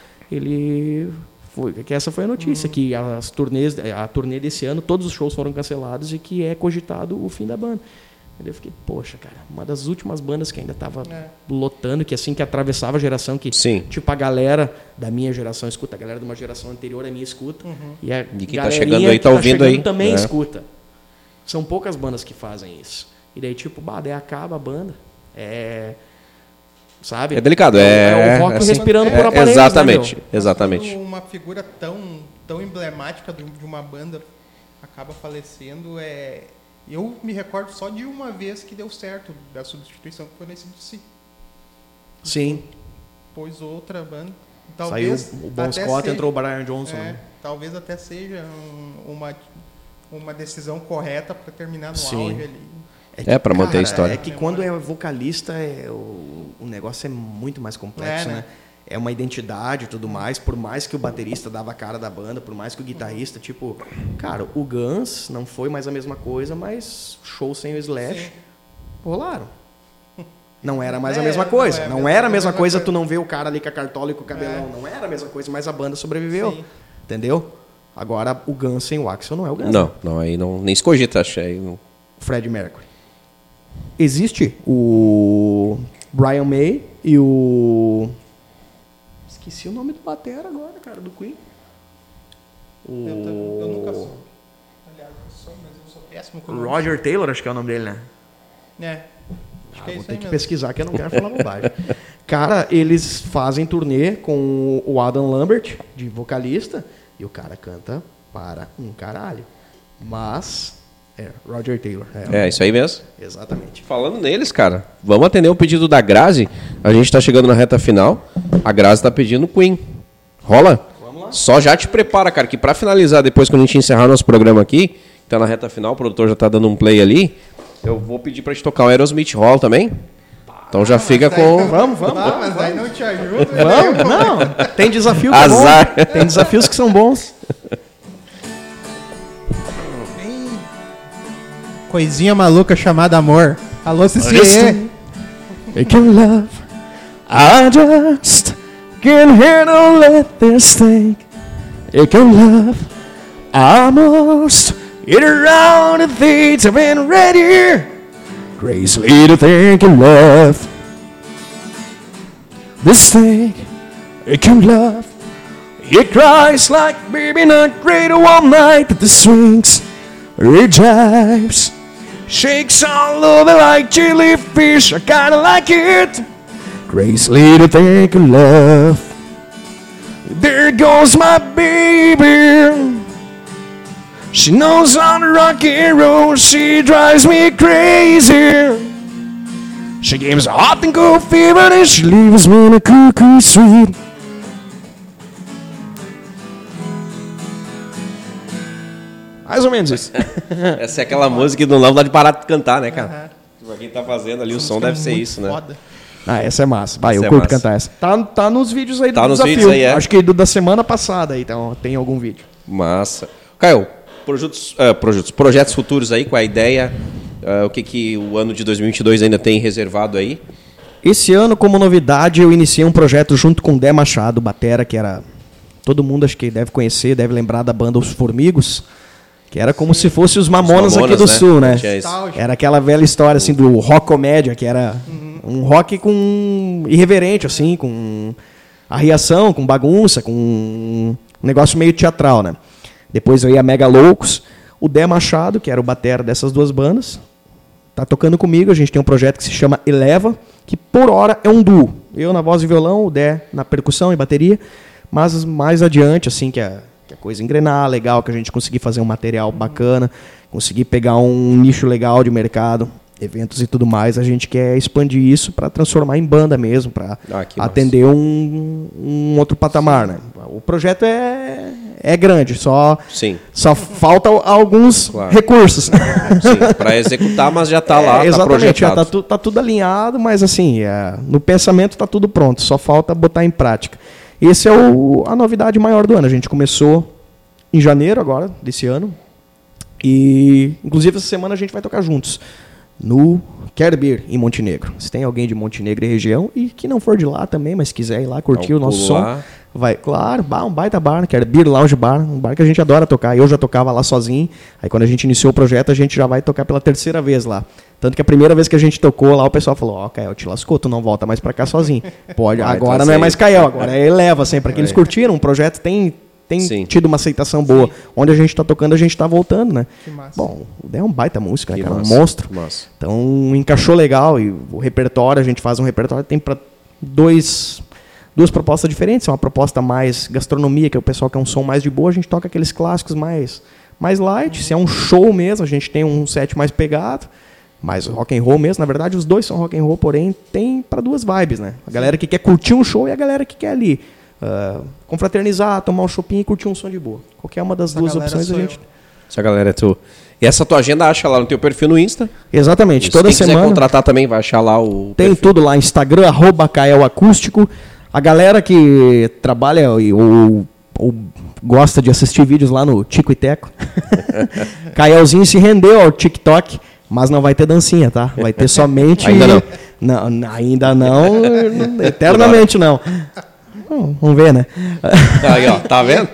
Que essa foi a notícia, que a turnê desse ano, todos os shows foram cancelados e que é cogitado o fim da banda. Eu fiquei, poxa, cara, uma das últimas bandas que ainda estava lotando, que assim, que atravessava a geração, que tipo a galera da minha geração escuta, a galera de uma geração anterior à minha escuta, e a quem tá chegando aí, tá ouvindo aí. Também escuta. São poucas bandas que fazem isso. E daí, tipo, daí acaba a banda. Sabe? É delicado. É o rock assim, respirando por aparelhos, exatamente, né, exatamente. Quando uma figura tão emblemática de uma banda acaba falecendo, eu me recordo só de uma vez que deu certo da substituição, que foi nesse DC. Sim. Depois outra banda. Talvez saiu o Bon Scott, entrou o Brian Johnson. Talvez até seja uma decisão correta para terminar no auge ali. Para manter a história. É que quando é vocalista, o negócio é muito mais complexo, né? É uma identidade e tudo mais, por mais que o baterista dava a cara da banda, por mais que o guitarrista, tipo... Cara, o Guns não foi mais a mesma coisa, mas show sem o Slash rolaram. Não era mais a mesma coisa. Não era a mesma coisa tu não ver o cara ali com a cartola e com o cabelão. Não era a mesma coisa, mas a banda sobreviveu. Sim. Entendeu? Agora, o Guns sem o Axl não é o Guns. Não, aí não, nem se cogita, acho. Aí não... Freddie Mercury. Existe o Brian May e o... Esqueci o nome do batera agora, cara, do Queen. Eu nunca sou. Aliás, mas eu sou péssimo com o nome. Roger Taylor, acho que é o nome dele, né? Acho que é vou isso ter aí que mesmo. pesquisar, que eu não quero falar bobagem. Cara, eles fazem turnê com o Adam Lambert, de vocalista, e o cara canta para um caralho. Mas Roger Taylor. Isso aí mesmo. Exatamente. Falando neles, cara, vamos atender o pedido da Grazi. A gente tá chegando na reta final. A Grazi tá pedindo Queen. Rola? Vamos lá. Só já te prepara, cara, que pra finalizar, depois que a gente encerrar nosso programa aqui, tá na reta final, o produtor já tá dando um play ali, eu vou pedir pra te tocar o Aerosmith. Rola também? Então já fica com... Vamos. Não, mas aí não te ajuda. Vamos, não. Tem desafio que é Azar. bom. Tem desafios que são bons. Coisinha maluca chamada amor. Alô, Cici. Make you love. I just can't handle let this thing. Make you love. I must get around the things I've been ready. Crazily to think in love. This thing, it can love. It cries like baby not great all night at the swings. It jives, shakes all over like jellyfish. I kinda like it. Crazily to think in love. There goes my baby. She knows on the rock and roll, she drives me crazy. She gives a hot and cold fever and she leaves me in a cuckoo sweet. Mais ou menos isso. Essa é aquela música que não dá de parar de cantar, né, cara? Pra quem tá fazendo ali, o som deve ser isso, né? Foda. Ah, essa é massa. Vai, Essa eu é curto massa. cantar essa. Tá nos vídeos aí do Tá nos desafio. vídeos aí, é? Acho que do da semana passada aí, então tem algum vídeo. Massa. Caio, projetos futuros aí, com a ideia, o que o ano de 2022 ainda tem reservado aí? Esse ano, como novidade, eu iniciei um projeto junto com o Dé Machado, batera, que era... Todo mundo acho que deve conhecer, deve lembrar da banda Os Formigos, que era como se fosse os Mamonas aqui do Sul, né? Tinha isso. Era aquela velha história, assim, do rock comédia, que era um rock com irreverente, assim, com arriação, com bagunça, com um negócio meio teatral, né? Depois veio a Mega Loucos, o Dé Machado, que era o batera dessas duas bandas, tá tocando comigo. A gente tem um projeto que se chama Eleva, que por hora é um duo. Eu na voz e violão, o Dé na percussão e bateria, mas mais adiante, assim, que a coisa engrenar, legal, que a gente conseguir fazer um material bacana, conseguir pegar um nicho legal de mercado, eventos e tudo mais, a gente quer expandir isso para transformar em banda mesmo, para atender um outro patamar, né? O projeto é grande, só falta alguns recursos. Sim, para executar, mas já está lá, exatamente, tá projetado. Já tá tudo alinhado, mas assim, no pensamento está tudo pronto, só falta botar em prática. Esse é a novidade maior do ano. A gente começou em janeiro agora, desse ano. E, inclusive, essa semana a gente vai tocar juntos no Quer Beer, em Montenegro. Se tem alguém de Montenegro e região, e que não for de lá também, mas quiser ir lá curtir o nosso som, vai. Claro, um baita bar, Quer Beer Lounge Bar, um bar que a gente adora tocar. Eu já tocava lá sozinho. Aí, quando a gente iniciou o projeto, a gente já vai tocar pela terceira vez lá. Tanto que a primeira vez que a gente tocou lá, o pessoal falou, Caio, te lascou, tu não volta mais pra cá sozinho. Pode, agora não é mais Caio, agora é Eleva, sempre. Porque eles curtiram, o projeto tem tido uma aceitação boa. Sim. Onde a gente tá tocando, a gente tá voltando, né? Que massa. Bom, o Dé é um baita música, né, cara? Um monstro. Então, encaixou legal. E o repertório, a gente faz um repertório, tem pra duas propostas diferentes. Uma proposta mais gastronomia, que é o pessoal quer um som mais de boa, a gente toca aqueles clássicos mais light. Se é um show mesmo, a gente tem um set mais pegado. Mas rock and roll mesmo, na verdade os dois são rock and roll, porém tem para duas vibes, né? A galera que quer curtir um show e a galera que quer ali confraternizar, tomar um chopinho e curtir um som de boa. Qualquer uma das duas opções a gente... Essa galera é tu. E essa tua agenda acha lá no teu perfil no Insta? Exatamente, isso. Toda Quem semana. Quem quiser contratar também vai achar lá o Tem perfil. Tudo lá, Instagram, @CaelAcústico. A galera que trabalha ou gosta de assistir vídeos lá no Tico e Teco. Caelzinho se rendeu ao TikTok. Mas não vai ter dancinha, tá? Vai ter somente... Ainda não. Não, ainda não. Eternamente não. Vamos ver, né? Aí, ó, tá vendo?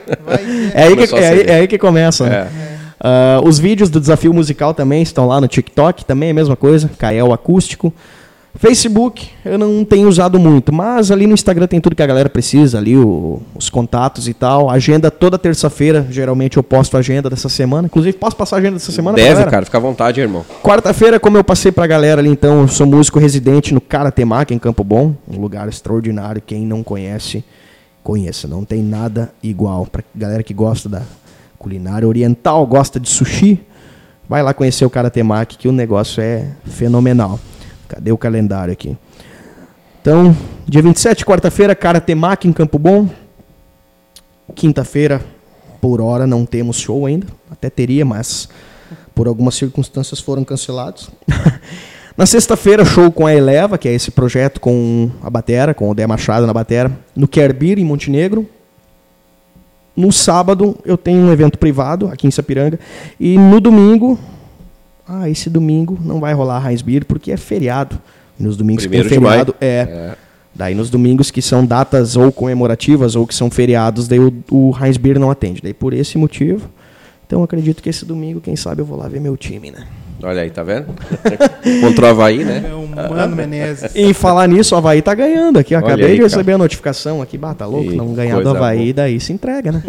É aí que começa. Né? Os vídeos do desafio musical também estão lá no TikTok, também é a mesma coisa. Cael Acústico. Facebook eu não tenho usado muito, mas ali no Instagram tem tudo que a galera precisa, ali os contatos e tal. Agenda toda terça-feira, geralmente eu posto a agenda dessa semana. Inclusive, posso passar a agenda dessa semana? Deve, cara, fica à vontade, irmão. Quarta-feira, como eu passei pra galera ali, então, eu sou músico residente no Karatemac, em Campo Bom. Um lugar extraordinário, quem não conhece, conheça. Não tem nada igual. Pra galera que gosta da culinária oriental, gosta de sushi, vai lá conhecer o Karate Mac, que o negócio é fenomenal. Cadê o calendário aqui? Então, dia 27, quarta-feira, Karate Mac em Campo Bom. Quinta-feira, por hora, não temos show ainda. Até teria, mas por algumas circunstâncias foram cancelados. Na sexta-feira, show com a Eleva, que é esse projeto com a batera, com o Dé Machado na batera, no Querbir, em Montenegro. No sábado, eu tenho um evento privado aqui em Sapiranga. E no domingo, esse domingo não vai rolar Heinz Beer, porque é feriado. Nos domingos que tem feriado, Daí nos domingos que são datas ou comemorativas ou que são feriados, daí o Heinz Beer não atende. Daí por esse motivo, então acredito que esse domingo, quem sabe, eu vou lá ver meu time, né? Olha aí, tá vendo? Contra o Avaí, né? É um Mano Menezes. Em falar nisso, o Avaí tá ganhando aqui. Eu acabei de receber a notificação aqui. Tá louco? Não ganhar do Avaí, boa. Daí se entrega, né?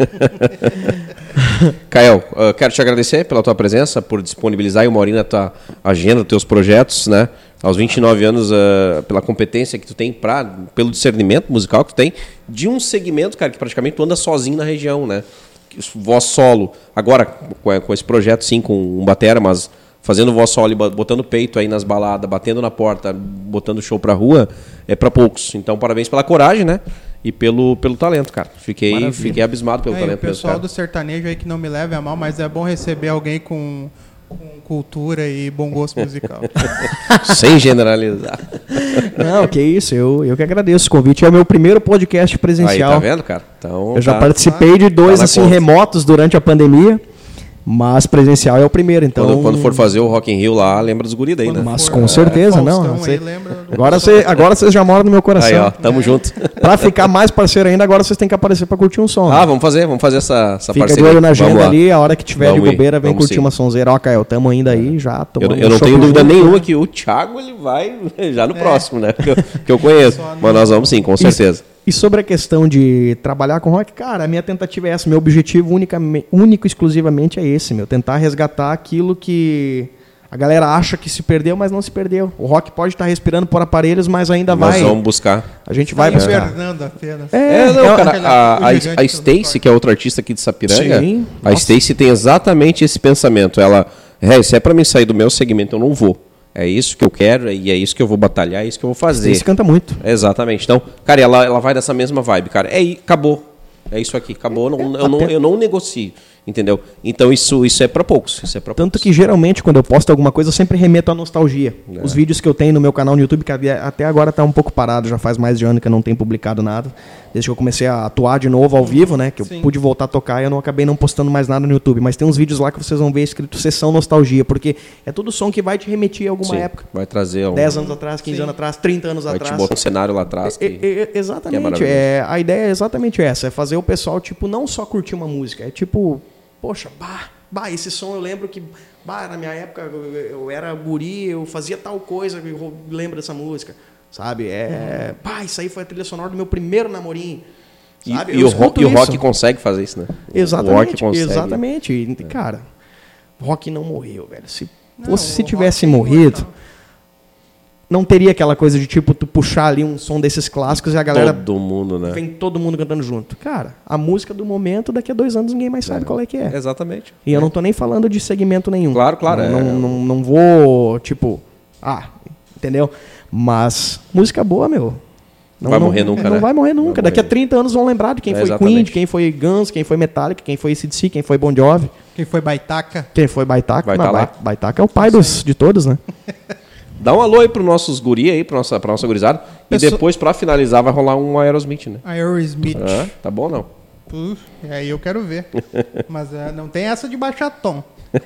Caio, quero te agradecer pela tua presença, por disponibilizar aí uma horinha da tua agenda, dos teus projetos, né? Aos 29 anos, pela competência que tu tem, pelo discernimento musical que tu tem, de um segmento, cara, que praticamente tu anda sozinho na região, né? Voz solo. Agora, com esse projeto, sim, com um batera, mas fazendo voz solo e botando peito aí nas baladas, batendo na porta, botando show pra rua, é pra poucos. Então, parabéns pela coragem, né? E pelo talento, cara. Fiquei abismado pelo talento. O pessoal do sertanejo aí que não me leve a mal, mas é bom receber alguém com cultura e bom gosto musical. Sem generalizar. Não, que isso, eu que agradeço o convite. É o meu primeiro podcast presencial. Aí, tá vendo, cara? Então, eu já participei de 2 assim, remotos durante a pandemia, mas presencial é o primeiro, então... Quando for fazer o Rock in Rio lá, lembra dos guri daí, né? Mas com certeza, não. Agora vocês já moram no meu coração. Aí, ó, tamo junto. Pra ficar mais parceiro ainda, agora vocês têm que aparecer pra curtir um som. Né? Vamos fazer essa parceria. Fica de olho na agenda ali, a hora que tiver de bobeira, vem curtir uma sonzeira. Ó, Caio, tamo indo aí, já tomando Eu não tenho dúvida nenhuma que o Thiago, ele vai já no próximo, né? Que eu conheço. Mas nós vamos sim, com certeza. E sobre a questão de trabalhar com rock, cara, a minha tentativa é essa. Meu objetivo único e exclusivamente é esse, tentar resgatar aquilo que a galera acha que se perdeu, mas não se perdeu. O rock pode estar respirando por aparelhos, mas ainda vai... Nós vamos buscar. A gente vai buscar. Invernando apenas. A Stacy, que é outra artista aqui de Sapiranga, sim, a Stacy tem exatamente esse pensamento. Ela, se é pra mim sair do meu segmento, eu não vou. É isso que eu quero e é isso que eu vou batalhar, é isso que eu vou fazer. Isso canta muito. Exatamente. Então, cara, ela vai dessa mesma vibe, cara. Acabou. É isso aqui, acabou. Eu não negocio, entendeu? Então, isso é pra poucos. Tanto que, geralmente, quando eu posto alguma coisa, eu sempre remeto à nostalgia. Os vídeos que eu tenho no meu canal no YouTube, que até agora tá um pouco parado, já faz mais de ano que eu não tenho publicado nada. Desde que eu comecei a atuar de novo ao vivo, né? Que eu pude voltar a tocar e eu acabei não postando mais nada no YouTube. Mas tem uns vídeos lá que vocês vão ver escrito Sessão Nostalgia, porque é tudo som que vai te remeter a alguma época. Vai trazer 10 anos atrás, 15 anos atrás, 30 anos atrás. Vai te botar um cenário lá atrás. Exatamente. A ideia é exatamente essa. É fazer o pessoal, tipo, não só curtir uma música. É tipo, poxa, esse som eu lembro que... na minha época eu era guri, eu fazia tal coisa, eu lembro dessa música. Sabe? Isso aí foi a trilha sonora do meu primeiro namorinho. Sabe? E o rock consegue fazer isso, né? Exatamente. O rock consegue. Exatamente. E, cara, o rock não morreu, velho. Se tivesse morrido, não teria aquela coisa de tipo, tu puxar ali um som desses clássicos e a galera... Todo mundo, né? Vem todo mundo cantando junto. Cara, a música do momento, daqui a 2 anos ninguém mais sabe qual é que é. Exatamente. E eu não tô nem falando de segmento nenhum. Claro. Não vou, tipo... entendeu? Mas música boa, meu. Não vai morrer nunca, né? Não vai morrer nunca. Daqui a 30 anos vão lembrar de quem foi exatamente. Queen, de quem foi Guns, quem foi Metallica, quem foi AC/DC, quem foi Bon Jovi. Quem foi Baitaca. Baitaca é o pai de todos, né? Dá um alô aí pros nossos guri aí, pra nossa gurizada. E depois, pra finalizar, vai rolar um Aerosmith, né? Aerosmith. Tá bom, não? Aí eu quero ver. Mas não tem essa de baixar tom.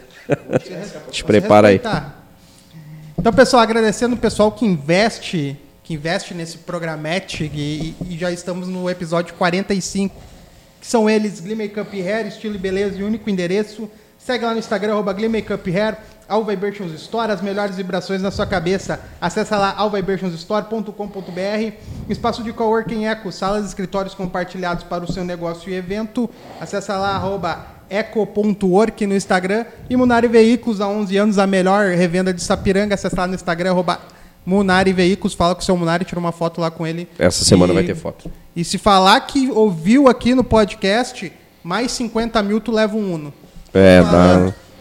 Te prepara aí. Então, pessoal, agradecendo o pessoal que investe nesse programete e já estamos no episódio 45, que são eles, Glee Makeup Hair, estilo e beleza e único endereço. Segue lá no Instagram, @Glee Makeup Hair, All Vibrations Store, as melhores vibrações na sua cabeça. Acessa lá allvibrationsstore.com.br. Espaço de coworking Eco, salas e escritórios compartilhados para o seu negócio e evento. Acessa lá @eco.work no Instagram. E Munari Veículos, há 11 anos, a melhor revenda de Sapiranga. Acessa lá no Instagram, Munari Veículos. Fala com o seu Munari, tira uma foto lá com ele. Essa semana vai ter foto. E se falar que ouviu aqui no podcast, mais 50 mil tu leva um Uno. Dá.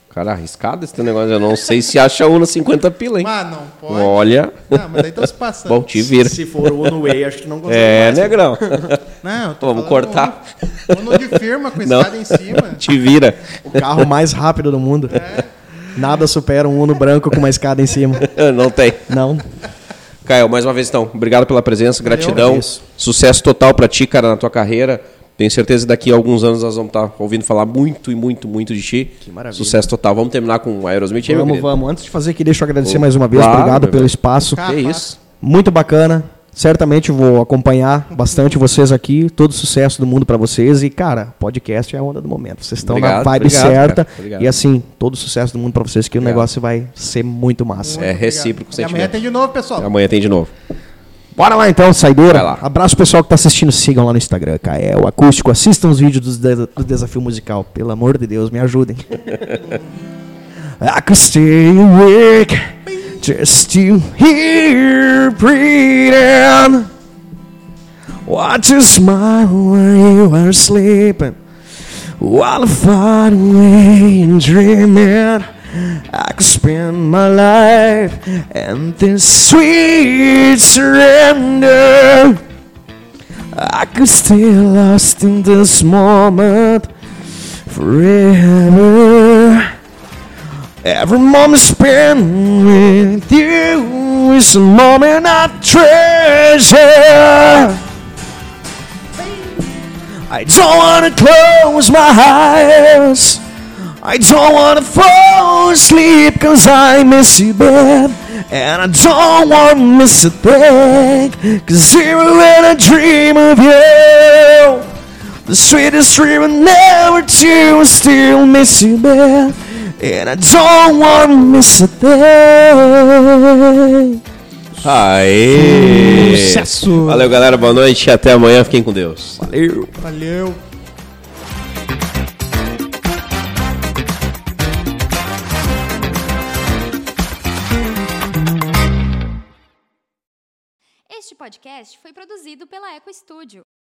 Cara, arriscado esse teu negócio. Eu não sei se acha Uno 50 pila, hein? Ah, não pode. Olha. Não, mas daí tô se passando. Bom, te vira. Se for o Uno Way, acho que não consegue mais. Negrão. Não, eu tô Vamos falando cortar. Uno de firma com Não. escada em cima. Te vira. O carro mais rápido do mundo. Nada supera um Uno branco com uma escada em cima. Não tem. Não. Caio, mais uma vez então, obrigado pela presença, gratidão. Isso. Sucesso total pra ti, cara, na tua carreira. Tenho certeza que daqui a alguns anos nós vamos estar ouvindo falar muito e muito, muito de ti. Que maravilha. Sucesso total. Vamos terminar com a Aerosmith aí, meu querido? Vamos. Antes de fazer aqui, deixa eu agradecer mais uma vez. Claro, Obrigado meu pelo velho. espaço. Cara, Que isso. Muito bacana. Certamente vou acompanhar bastante vocês aqui. Todo sucesso do mundo pra vocês. E, cara, podcast é a onda do momento. Vocês estão na Obrigado, vibe obrigado, certa. cara. Obrigado. E, assim, todo sucesso do mundo pra vocês, que o Obrigado. negócio vai ser muito massa. É recíproco o E amanhã sentimento. tem de novo, pessoal. Amanhã tem de novo. Bora lá então, saideira. Vai lá. Abraço pessoal que tá assistindo. Sigam lá no Instagram, Kael Acústico. Assistam os vídeos do desafio musical. Pelo amor de Deus, me ajudem. I could stay awake just to hear breathing. Watch you smile while you are sleeping. While I far away and dreaming, I could spend my life in this sweet surrender. I could stay lost in this moment forever. Every moment spent with you is a moment I treasure. I don't wanna close my eyes. I don't wanna fall asleep 'cause I miss you, babe. And I don't wanna miss a thing 'cause even when I dream of you, the sweetest dream I never do, I still miss you, babe. And I don't wanna miss a thing. Aê! Sucesso! Valeu, galera. Boa noite e até amanhã. Fiquem com Deus. Valeu! Valeu. Este podcast foi produzido pela Eco Studio.